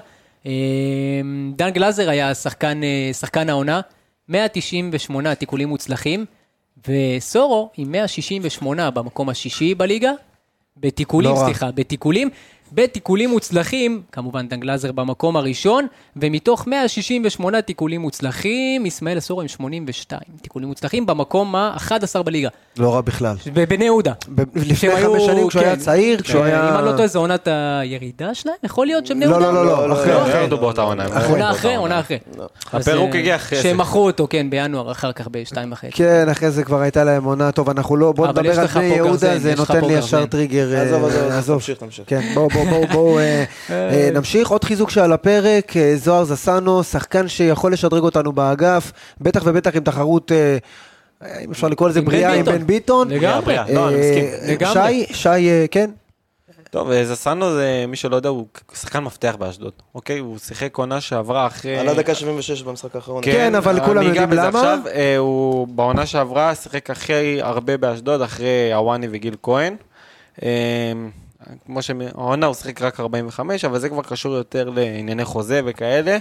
דן גלאזר היה שחקן העונה, מאה תשעים ושמונה תיקולים מוצלחים. וסורו עם מאה שישים ושמונה במקום השישי בליגה, בתיקולים, סליחה, בתיקולים, בתיקולים מוצלחים, כמובן דן גלאזר במקום הראשון, ומתוך מאה שישים ושמונה תיקולים מוצלחים, אסמאעיל אסורו עם שמונים ושתיים תיקולים מוצלחים, במקום ה-אחד עשר בליגה. לא רע בכלל. בבני יהודה. לפני חמש שנים, כשהוא היה צעיר, כשהוא היה... אם אני לא טועה, זה עונת הירידה שלהם, יכול להיות שבני יהודה? לא, לא, לא, אחרי ירדו באותה עונה. עונה אחרי, עונה אחרי. הפירוק הגיע אחרי זה. שמכרו אותו, כן, בינואר, אחר כך בשתיים וחצי. כן, אחרי זה כבר הייתה להם עונה טוב, אנחנו לא, בוא נדבר על בני יהודה, זה נותן לי ישר טריגר. עזוב, עזוב, תמשיך, תמשיך. כן, בוא בואו נמשיך. עוד חיזוק שעל הפרק, זוהר זסנו, שחקן שיכול לשדרג אותנו באגף, בטח ובטח עם תחרות, אם אפשר לקרוא לזה בריאה עם בן ביטון. לגמרי, לא, אני מסכים. שי, שי, כן. טוב, זסנו זה, מי שלא יודע, הוא שחקן מפתח באשדוד, אוקיי? הוא שיחק עונה שעברה אחרי... על הדקה שבעים ושש במשחק האחרון. כן, אבל כולם יודעים למה. עכשיו, הוא בעונה שעברה שיחק הכי הרבה באשדוד, אחרי הוואני וגיל כהן. כמו שהעונה הוא שיחק רק ארבעים וחמש, אבל זה כבר קשור יותר לענייני חוזה וכאלה.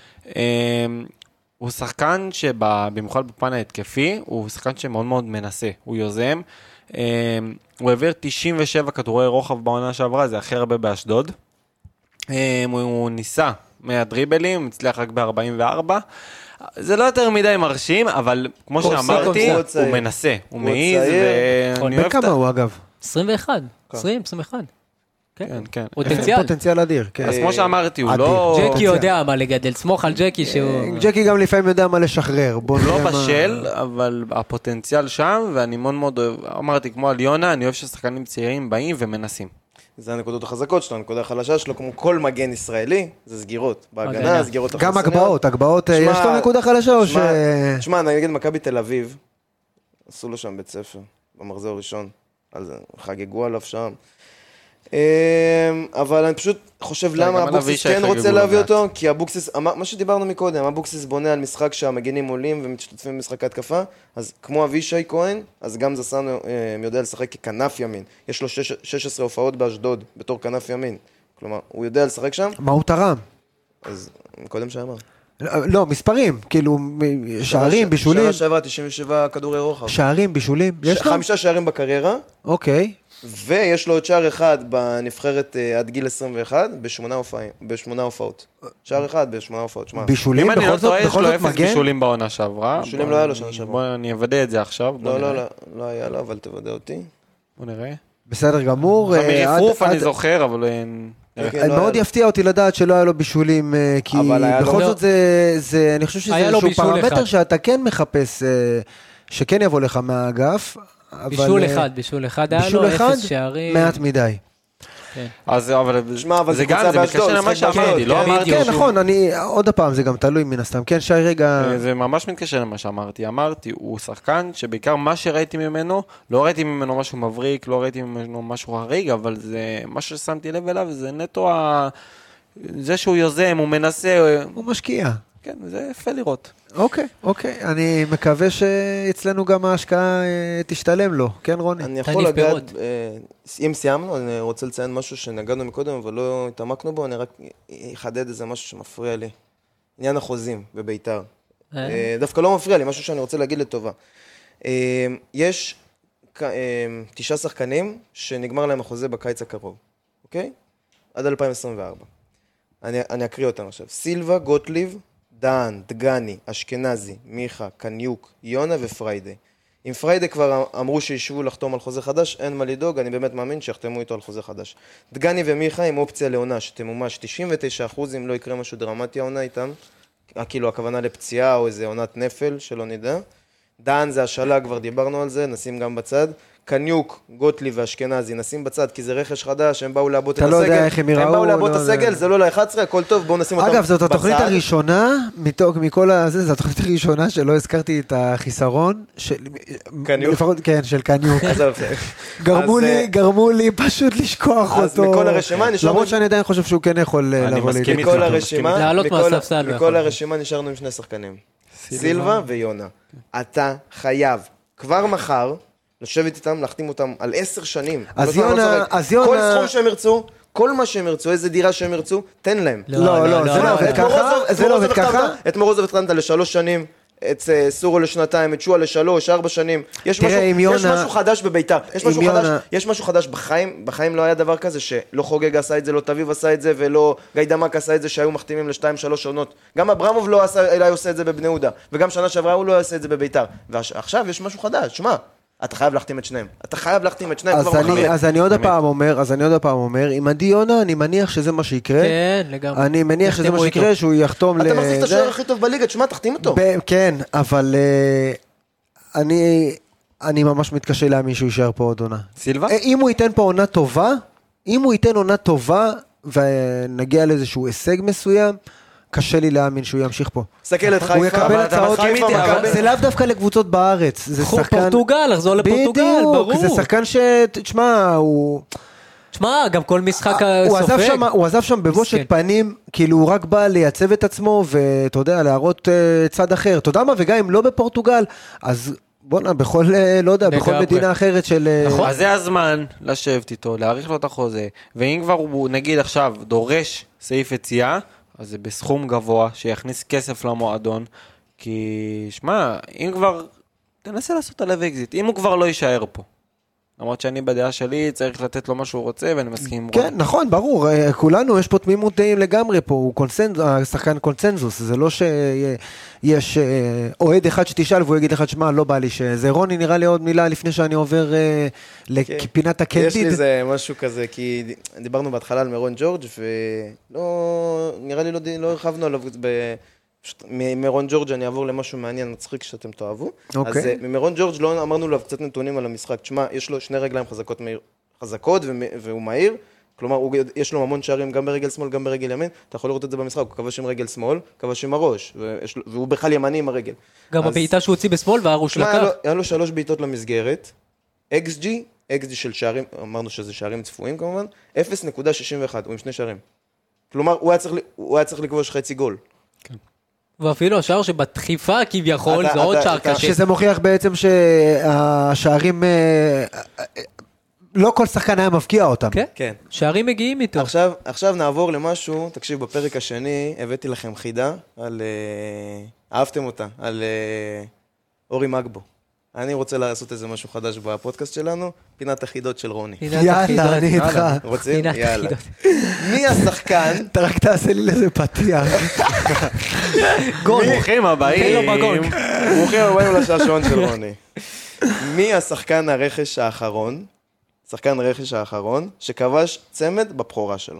הוא שחקן שבמיוחד בפן ההתקפי, הוא שחקן שמאוד מאוד מנסה, הוא יוזם. הוא העביר תשעים ושבע כדורי רוחב בעונה שעברה, זה הכי הרבה באשדוד. הוא ניסה מהדריבלים, הוא מצליח רק ב-ארבעים וארבע. זה לא יותר מדי מרשים, אבל כמו שאמרתי, הוא מנסה, הוא מעיז. בכמה הוא אגב? עשרים ואחת, עשרים, עשרים ואחת. כן, כן. פוטנציאל. פוטנציאל אדיר. אז כמו שאמרתי, הוא לא... ג'קי יודע מה לגדל, סמוך על ג'קי שהוא... ג'קי גם לפעמים יודע מה לשחרר. לא בשל, אבל הפוטנציאל שם, ואני מאוד מאוד אוהב, אמרתי, כמו על יונה, אני אוהב ששחקנים צעירים באים ומנסים. זה הנקודות החזקות שלו, הנקודה החלשה שלו, כמו כל מגן ישראלי, זה סגירות. בהגנה, סגירות החסניות. גם הגבעות, הגבעות, יש לו נקודה חלשה או ש... תשמע, אני אגיד, מכבי תל אביב, עשו לו שם בית ספר, במחזור הראשון, חגגו עליו שם. אבל אני פשוט חושב למה אבוקסיס כן רוצה להביא אותו, כי אבוקסיס, מה שדיברנו מקודם, אבוקסיס בונה על משחק שהמגנים עולים ומשתתפים במשחק ההתקפה, אז כמו אבישי כהן, אז גם זסנו יודע לשחק ככנף ימין. יש לו שש עשרה הופעות באשדוד בתור כנף ימין. כלומר, הוא יודע לשחק שם. מה הוא תרם? אז קודם שאמר. לא, מספרים, כאילו, שערים, בישולים. שנה שעברה, תשעים ושבע כדורי רוחב. שערים, בישולים. יש לו? חמישה שערים בקריירה. אוקיי. ויש לו עוד שער אחד בנבחרת עד גיל עשרים ואחת, בשמונה הופעות. שער אחד בשמונה הופעות, שמע. בישולים, בכל זאת, בכל זאת מגן? בישולים בעונה שעברה. בישולים לא היה לו שנה שעברה. בוא אני אוודא את זה עכשיו. לא, לא, לא, לא היה לו, אבל תוודא אותי. בוא נראה. בסדר גמור. מרפרוף אני זוכר, אבל... מאוד יפתיע אותי לדעת שלא היה לו בישולים, כי בכל זאת זה, אני חושב שזה איזשהו פרמטר שאתה כן מחפש, שכן יבוא לך מהאגף. בישול אחד, בישול אחד היה לו, אפס שערים. מעט מדי. אז אבל זה גם, זה מתקשר למה שאמרתי, לא אמרתי. כן, נכון, אני, עוד הפעם זה גם תלוי מן הסתם. כן, שי רגע... זה ממש מתקשר למה שאמרתי. אמרתי, הוא שחקן שבעיקר מה שראיתי ממנו, לא ראיתי ממנו משהו מבריק, לא ראיתי ממנו משהו הריג, אבל זה, מה ששמתי לב אליו, זה נטו זה שהוא יוזם, הוא מנסה. הוא משקיע. כן, זה יפה לראות. אוקיי, אוקיי. אני מקווה שאצלנו גם ההשקעה תשתלם לו. כן, רוני? אני יכול לגעת, אם סיימנו, אני רוצה לציין משהו שנגענו מקודם, אבל לא התעמקנו בו, אני רק אחדד איזה משהו שמפריע לי. עניין החוזים בביתר. דווקא לא מפריע לי, משהו שאני רוצה להגיד לטובה. יש תשעה שחקנים שנגמר להם החוזה בקיץ הקרוב, אוקיי? עד אלפיים עשרים וארבע. אני, אני אקריא אותם עכשיו. סילבה, גוטליב, דן, דגני, אשכנזי, מיכה, קניוק, יונה ופריידי. אם פריידי כבר אמרו שישבו לחתום על חוזה חדש, אין מה לדאוג, אני באמת מאמין שיחתמו איתו על חוזה חדש. דגני ומיכה עם אופציה לעונה שתמומש תשעים ותשעה אחוז, אם לא יקרה משהו דרמטי העונה איתם, כאילו הכוונה לפציעה או איזה עונת נפל, שלא נדע. דן זה השאלה, כבר דיברנו על זה, נשים גם בצד. קניוק, גוטליב ואשכנזי, נשים בצד, כי זה רכש חדש, הם באו לעבוד את הסגל. אתה לא יודע איך הם יראו. הם באו לעבוד את הסגל, זה לא ל-אחת עשרה, הכל טוב, בואו נשים אותם בצד. אגב, זאת התוכנית הראשונה, מכל הזה, זאת התוכנית הראשונה שלא הזכרתי את החיסרון, קניוק? כן, של קניוק. גרמו לי פשוט לשכוח אותו. אז מכל הרשימה נשארנו... למרות שאני עדיין חושב שהוא כן יכול לבוא לידי. מכל הרשימה נשארנו עם שני שחקנים. סילבה ויונה. אתה חייב, כבר מחר, לשבת איתם, להחתים אותם על עשר שנים. אז יונה, אז יונה... כל סכום שהם ירצו, כל מה שהם ירצו, איזה דירה שהם ירצו, תן להם. לא, לא, זה לא עובד ככה, זה לא עובד ככה. את מורוזוב התחתנת לשלוש שנים, את סורו לשנתיים, את שועה לשלוש, ארבע שנים. יש משהו חדש בביתר. יש משהו חדש בחיים, בחיים לא היה דבר כזה שלא חוגג עשה את זה, לא תביב עשה את זה, ולא גיא דמק עשה את זה, שהיו מחתימים לשתיים, שלוש עונות. גם אברמוב לא עושה את זה בבני יהודה, וגם שנה שעברה הוא לא עושה את זה בביתר. ועכשיו יש משהו חדש, שמה? אתה חייב להחתים את שניהם. אתה חייב להחתים את שניהם כבר מחר. אז אני עוד הפעם אומר, אז אני עוד הפעם אומר, עם עדי יונה, אני מניח שזה מה שיקרה. כן, לגמרי. אני מניח שזה מה שיקרה, שהוא יחתום ל... אתה מחזיק את השוער הכי טוב בליגה, תשמע, תחתים אותו. כן, אבל אני ממש מתקשה להאמין שהוא יישאר פה עוד עונה. סילבה? אם הוא ייתן פה עונה טובה, אם הוא ייתן עונה טובה, ונגיע לאיזשהו הישג מסוים, קשה לי להאמין שהוא ימשיך פה. סתכל את חיפה. הוא יקבל הצעות, זה לאו דווקא לקבוצות בארץ. חור פורטוגל, לחזור לפורטוגל, ברור. זה שחקן ש... תשמע, הוא... תשמע, גם כל משחק סופג. הוא עזב שם בבושת פנים, כאילו הוא רק בא לייצב את עצמו, ואתה יודע, להראות צד אחר. אתה יודע מה, וגם אם לא בפורטוגל, אז... בוא'נה, בכל, לא יודע, בכל מדינה אחרת של... נכון, אז זה הזמן לשבת איתו, להאריך לו את החוזה, ואם כבר הוא, נגיד עכשיו, דורש סעיף יציאה, אז זה בסכום גבוה, שיכניס כסף למועדון, כי, שמה, אם כבר, תנסה לעשות עליו אקזיט, אם הוא כבר לא יישאר פה. למרות שאני בדעה שלי צריך לתת לו מה שהוא רוצה, ואני מסכים. כן, נכון, ברור, כולנו, יש פה תמימות דעים לגמרי פה, הוא קונסנזוס, השחקן קונסנזוס, זה לא שיש אוהד אחד שתשאל, והוא יגיד לך, שמה, לא בא לי שזה. רוני, נראה לי עוד מילה לפני שאני עובר לפינת הקנדיד. יש לי זה משהו כזה, כי דיברנו בהתחלה על מירון ג'ורג' ולא, נראה לי לא הרחבנו עליו ב... ממירון ג'ורג' אני אעבור למשהו מעניין, מצחיק שאתם תאהבו. אז ממירון ג'ורג' לא אמרנו לו קצת נתונים על המשחק. תשמע, יש לו שני רגליים חזקות והוא מהיר, כלומר, יש לו המון שערים גם ברגל שמאל, גם ברגל ימין, אתה יכול לראות את זה במשחק, הוא כבש עם רגל שמאל, כבש עם הראש, והוא בכלל ימני עם הרגל. גם הבעיטה שהוא הוציא בשמאל והראש לקח. היה לו שלוש בעיטות למסגרת, אקס ג'י, אקס ג'י של שערים, אמרנו שזה שערים צפויים כמובן, אפס נקודה שישים ואחת, הוא עם שני שערים. כלומר, הוא היה צריך לכבוש חצי גול. כן. ואפילו השער שבדחיפה כביכול, זה עוד שער קשה. שזה מוכיח בעצם שהשערים, לא כל שחקן היה מבקיע אותם. כן, שערים מגיעים איתו. עכשיו נעבור למשהו, תקשיב, בפרק השני הבאתי לכם חידה, אהבתם אותה, על אורי מגבו. אני רוצה לעשות איזה משהו חדש בפודקאסט שלנו, פינת החידות של רוני. יאללה, אני איתך. רוצים? יאללה. מי השחקן? אתה רק תעשה לי לזה פתיח. גול. ברוכים הבאים. ברוכים הבאים לשעשועון של רוני. מי השחקן הרכש האחרון, שחקן רכש האחרון, שכבש צמד בבחורה שלו?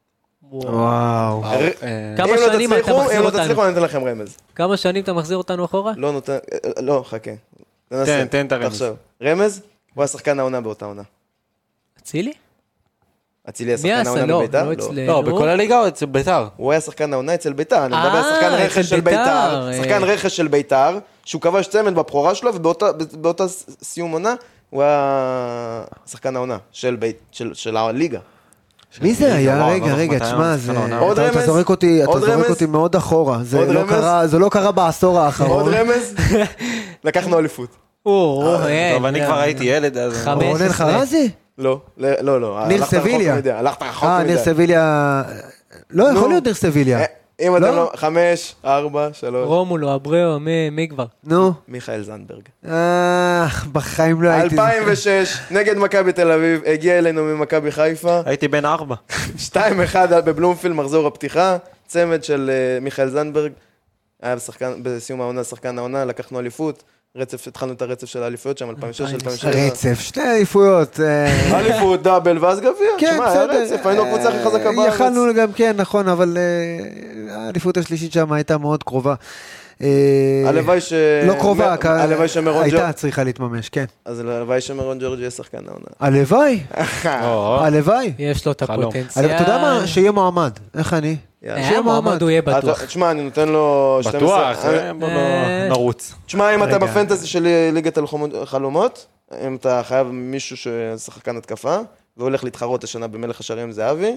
וואו. כמה שנים אתה מחזיר אותנו? אם לא תצליחו, אני אתן לכם רמז. כמה שנים אתה מחזיר אותנו אחורה? לא נותן, לא, חכה. תן, תן את הרמז. רמז, הוא השחקן העונה באותה עונה. אצילי? אצילי השחקן העונה בביתר? לא, בכל הליגה או אצל ביתר? הוא היה שחקן העונה אצל ביתר, אני מדבר שחקן רכש של ביתר, שחקן רכש של ביתר, שהוא כבש צמד בבחורה שלו, ובאותה סיום עונה, הוא היה שחקן העונה של הליגה. מי זה היה? רגע, רגע, תשמע, אתה זורק אותי מאוד אחורה, זה לא קרה בעשור האחרון. עוד רמז? לקחנו אליפות. טוב, אני כבר הייתי ילד, אז... רונן חרזי? לא, לא, לא. ניר סביליה. הלכת רחוק מדי. אה, ניר סביליה... לא, יכול להיות ניר סביליה. אם אתה לא... חמש, ארבע, שלוש. רומולו, אבריאו, מי כבר? נו. מיכאל זנדברג. אה, בחיים לא הייתי... אלפיים ושש, נגד מכבי תל אביב, הגיע אלינו ממכבי חיפה. הייתי בן ארבע. שתיים אחד בבלומפילד, מחזור הפתיחה, צמד של מיכאל זנדברג. היה בסיום העונה, שחקן העונה, לקחנו אליפות. רצף, התחלנו את הרצף של האליפויות שם, אלפיים ושש, אלפיים ושבע. רצף, שתי אליפויות. אליפות, דאבל, ואז גביע. כן, בסדר. רצף, היינו הקבוצה הכי חזקה בארץ. יכלנו גם, כן, נכון, אבל האליפות השלישית שם הייתה מאוד קרובה. הלוואי ש... לא קרובה, הלוואי שמרון ג'ורג' הייתה צריכה להתממש, כן. אז הלוואי שמרון ג'ורג' יהיה שחקן העונה. הלוואי. הלוואי. יש לו את הפוטנציאל. אתה יודע מה? שיהיה מועמד. איך אני? שיהיה מועמד, הוא יהיה בטוח. תשמע, אני נותן לו... בטוח, בוא נרוץ. תשמע, אם אתה בפנטסי של ליגת החלומות, אם אתה חייב מישהו ששחקן התקפה, והולך להתחרות השנה במלך השערים זהבי,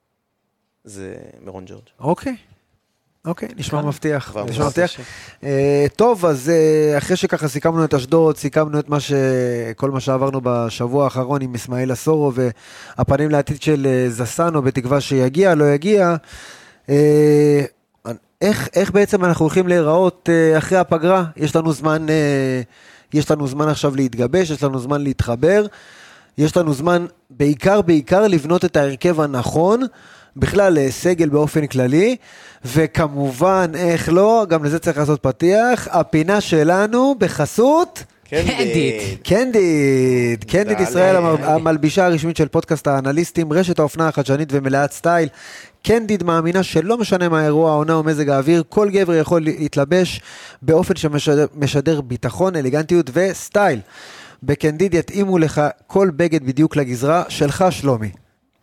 זה מירון ג'ורג'. אוקיי. אוקיי, נשמע מבטיח. נשמע מבטיח. טוב, אז אחרי שככה סיכמנו את אשדוד, סיכמנו את מה ש... כל מה שעברנו בשבוע האחרון עם אסמאעיל אסורו, והפנים לעתיד של זסנו, בתקווה שיגיע, לא יגיע. איך, איך בעצם אנחנו הולכים להיראות אחרי הפגרה? יש לנו זמן, יש לנו זמן עכשיו להתגבש, יש לנו זמן להתחבר, יש לנו זמן בעיקר, בעיקר לבנות את ההרכב הנכון, בכלל סגל באופן כללי, וכמובן, איך לא, גם לזה צריך לעשות פתיח, הפינה שלנו בחסות... קנדיד. קנדיד. קנדיד ישראל, המלבישה הרשמית של פודקאסט האנליסטים, רשת האופנה החדשנית ומלאת סטייל. קנדיד מאמינה שלא משנה מה האירוע, העונה או מזג האוויר, כל גבר יכול להתלבש באופן שמשדר ביטחון, אלגנטיות וסטייל. בקנדיד יתאימו לך כל בגד בדיוק לגזרה שלך, שלומי.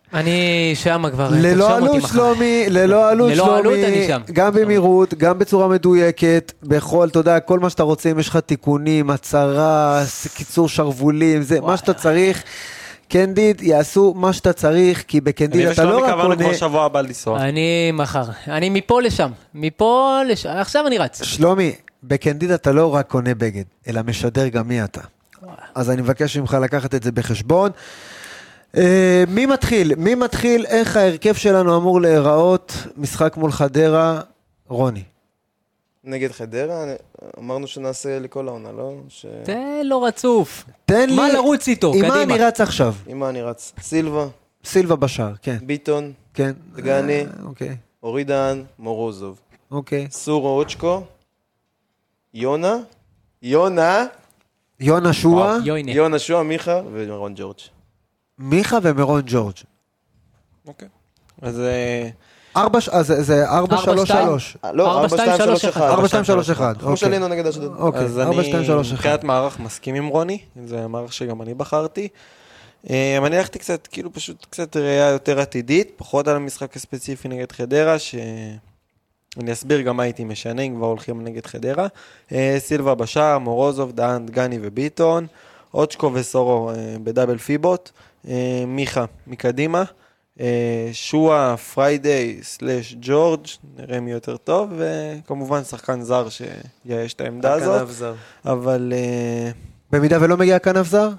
אני שם כבר, ללא עלות שלומי, ללא עלות שלומי, גם במהירות, גם בצורה מדויקת, בכל, אתה יודע, כל מה שאתה רוצה, אם יש לך תיקונים, הצהרה, קיצור שרבולים, זה מה שאתה צריך, קנדיד, יעשו מה שאתה צריך, כי בקנדיד אתה לא רק קונה... אני ושלומי כבר שבוע הבא לנסוע. אני מחר, אני מפה לשם, מפה לשם, עכשיו אני רץ. שלומי, בקנדיד אתה לא רק קונה בגד, אלא משדר גם מי אתה. אז אני מבקש ממך לקחת את זה בחשבון. מי מתחיל? מי מתחיל? איך ההרכב שלנו אמור להיראות? משחק מול חדרה, רוני. נגד חדרה, אמרנו שנעשה לכל העונה, לא? תן לו רצוף. תן לי... מה לרוץ איתו? קדימה. עם מה אני רץ עכשיו? עם מה אני רץ? סילבה. סילבה בשער, כן. ביטון. כן. דגני. אוקיי. אורידן, מורוזוב. אוקיי. סורו אוצ'קו. יונה. יונה. יונה שואה. יונה שואה, מיכה ומרון ג'ורג'. מיכה ומרון ג'ורג'. אוקיי. אז... ארבע, אז זה ארבע שלוש שלוש. לא, ארבע שתיים שלוש אחד. ארבע שתיים שלוש אחד. כמו שלינו נגד אשדוד. אוקיי, אז אני מבחינת מערך מסכים עם רוני, זה מערך שגם אני בחרתי. אני הלכתי קצת, כאילו פשוט קצת ראייה יותר עתידית, פחות על המשחק הספציפי נגד חדרה, שאני אסביר גם מה הייתי משנה, אם כבר הולכים נגד חדרה. סילבה בשער, מורוזוב, דהן, דגני וביטון, אוצ'קו וסורו בדאבל פיבוט, מיכה מקדימה, שואה, פריידיי, סלש ג'ורג', נראה מי יותר טוב, וכמובן שחקן זר שיש את העמדה הזאת. כנף זר. אבל... במידה ולא מגיע כנף זר?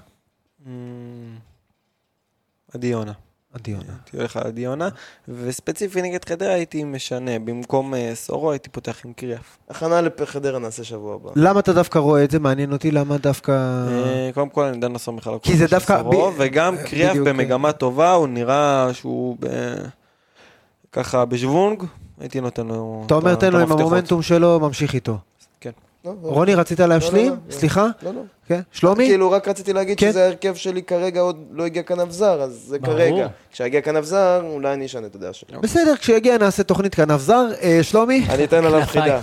עדיונה. עדיונה. הייתי הולך על עדיונה, וספציפי נגד חדרה הייתי משנה, במקום סורו הייתי פותח עם קריאף. הכנה לחדרה נעשה שבוע הבא. למה אתה דווקא רואה את זה? מעניין אותי למה דווקא... קודם כל אני דן לסום בכלל. כי זה דווקא... וגם קריאף במגמה טובה, הוא נראה שהוא ככה בשוונג, הייתי נותן לו... אתה אומר תן לו עם המומנטום שלו, ממשיך איתו. כן. רוני, רצית להשלים? סליחה? לא, לא. כן, שלומי? כאילו, רק רציתי להגיד שזה ההרכב שלי כרגע עוד לא הגיע כנף זר, אז זה כרגע. כשהגיע כנף זר, אולי אני אשנה את הדעה שלי. בסדר, כשיגיע נעשה תוכנית כנף זר. שלומי? אני אתן עליו חידה.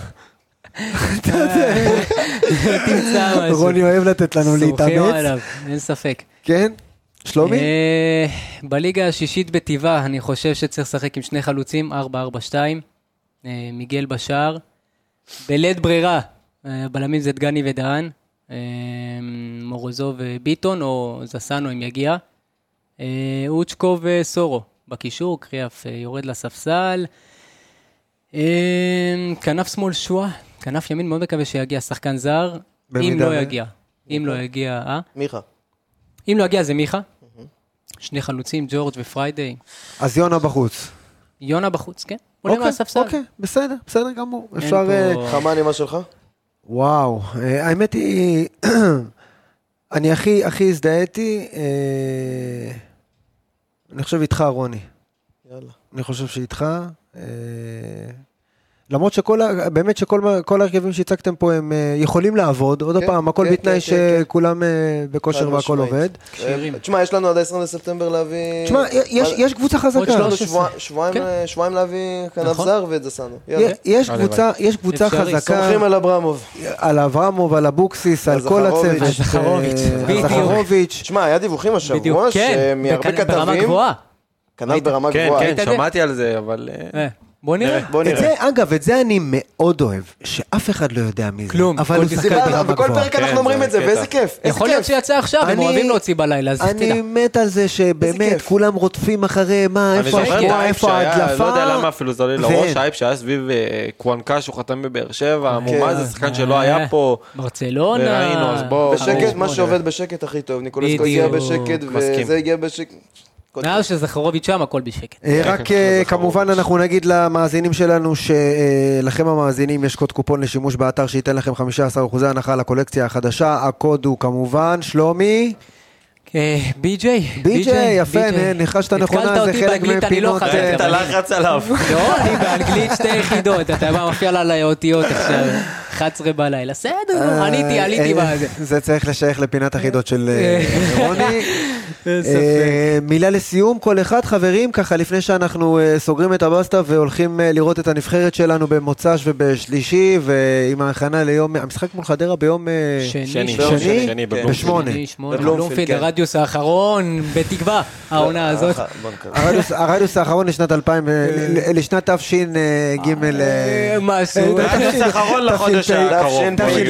תמצא משהו. רוני אוהב לתת לנו להתאמץ. סורחים עליו, אין ספק. כן? שלומי? בליגה השישית בטבעה, אני חושב שצריך לשחק עם שני חלוצים, ארבע ארבע שתיים. מיגל בשער. בלית ברירה. בלמים זה דגני ודהן, מורוזוב וביטון, או זסנו אם יגיע. אוצ'קו וסורו בקישור, קריאף יורד לספסל. כנף שמאל שואה, כנף ימין מאוד מקווה שיגיע שחקן זר, אם לא יגיע. אם לא יגיע, אה? מיכה. אם לא יגיע זה מיכה. שני חלוצים, ג'ורג' ופריידיי. אז יונה בחוץ. יונה בחוץ, כן. עולה מהספסל. אוקיי, בסדר, בסדר גמור. אפשר... חמני, מה שלך? וואו, האמת היא, אני הכי, הכי הזדהיתי, אני חושב איתך, רוני. יאללה. אני חושב שאיתך, למרות שכל, באמת שכל הרכבים שהצגתם פה הם יכולים לעבוד, עוד פעם, הכל בתנאי שכולם בכושר והכל עובד. תשמע, יש לנו עד ה-עשרים לספטמבר להביא... תשמע, יש קבוצה חזקה. יש לנו שבועיים להביא כנף זר ואת זסנו. יש קבוצה חזקה. סומכים על אברמוב. על אברמוב, על אבוקסיס, על כל הצוות. על זכרוביץ'. זכרוביץ'. תשמע, היה דיווחים השבוע שמהרבה כתבים... ברמה גבוהה. כנף ברמה גבוהה. כן, כן, שמעתי על זה, אבל... בוא נראה. בוא נראה. אגב, את זה אני מאוד אוהב, שאף אחד לא יודע מי זה. כלום. אבל הוא שחקן ברמה גבוהה. וכל פרק אנחנו אומרים את זה, ואיזה כיף. יכול להיות שיצא עכשיו, הם אוהבים להוציא בלילה, אז תדע. אני מת על זה שבאמת כולם רודפים אחרי מה, איפה השבועה, איפה ההדלפה. לא יודע למה אפילו זה עולה לראש, הייפ שהיה סביב קוואנקה, שהוא חתם בבאר שבע, מומה זה שחקן שלא היה פה. ברצלונה. וראינו, אז בוא. בשקט, מה שעובד בשקט הכי טוב. ניקולסקו הגיע בשקט, וזה הגיע בשקט. נראה שזכרוביץ' שם הכל בשקט. רק כמובן אנחנו נגיד למאזינים שלנו שלכם המאזינים יש קוד קופון לשימוש באתר שייתן לכם חמישה עשר אחוז הנחה על הקולקציה החדשה, הקוד הוא כמובן שלומי בי-ג'יי. בי-ג'יי, יפה, ניחשת נכונה, זה חלק מפינות. את הלחץ עליו. לא, אני באנגלית שתי יחידות, אתה בא מפעיל על האותיות עכשיו, אחת עשרה בלילה, בסדר, עליתי, עליתי בזה. זה צריך לשייך לפינת החידות של רוני. מילה לסיום, כל אחד, חברים, ככה לפני שאנחנו סוגרים את הבסטה והולכים לראות את הנבחרת שלנו במוצ"ש ובשלישי, ועם ההכנה ליום, המשחק מול חדרה ביום שני, בשמונה. בבלומפילד, הרדיוס האחרון, בתקווה, העונה הזאת. הרדיוס האחרון לשנת אלפיים, לשנת תש"ג. משהו. הרדיוס האחרון לחודש האחרון.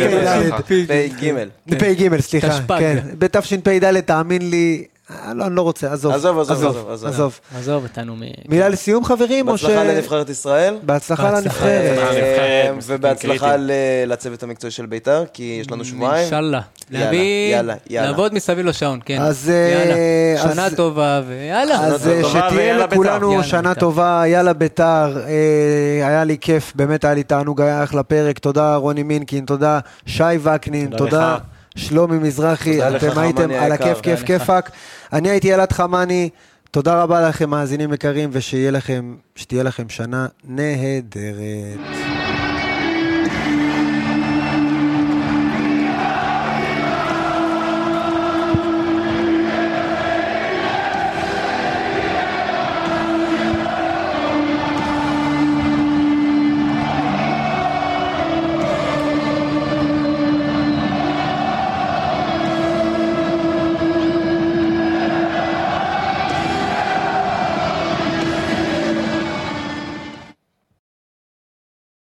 פ"ג, סליחה, כן. בתשפ"ד, תאמין לי, אני לא רוצה, עזוב. עזוב, עזוב, עזוב. עזוב, אותנו מ... מילה לסיום, חברים? בהצלחה לנבחרת ישראל. בהצלחה לנבחרת. ובהצלחה לצוות המקצועי של בית"ר, כי יש לנו שבועיים. אינשאללה. להביא, לעבוד מסביב לשעון, כן. אז יאללה, שנה טובה, ויאללה. אז שתהיה לכולנו שנה טובה, יאללה בית"ר, היה לי כיף, באמת היה לי תענוג, היה אחלה פרק, תודה רוני מינקין, תודה שי וקנין, תודה שלומי מזרחי, אתם הייתם על הכיף כיף כיפק, אני הייתי ילד חמני, תודה רבה לכם מאזינים יקרים, ושתהיה לכם שנה נהדרת.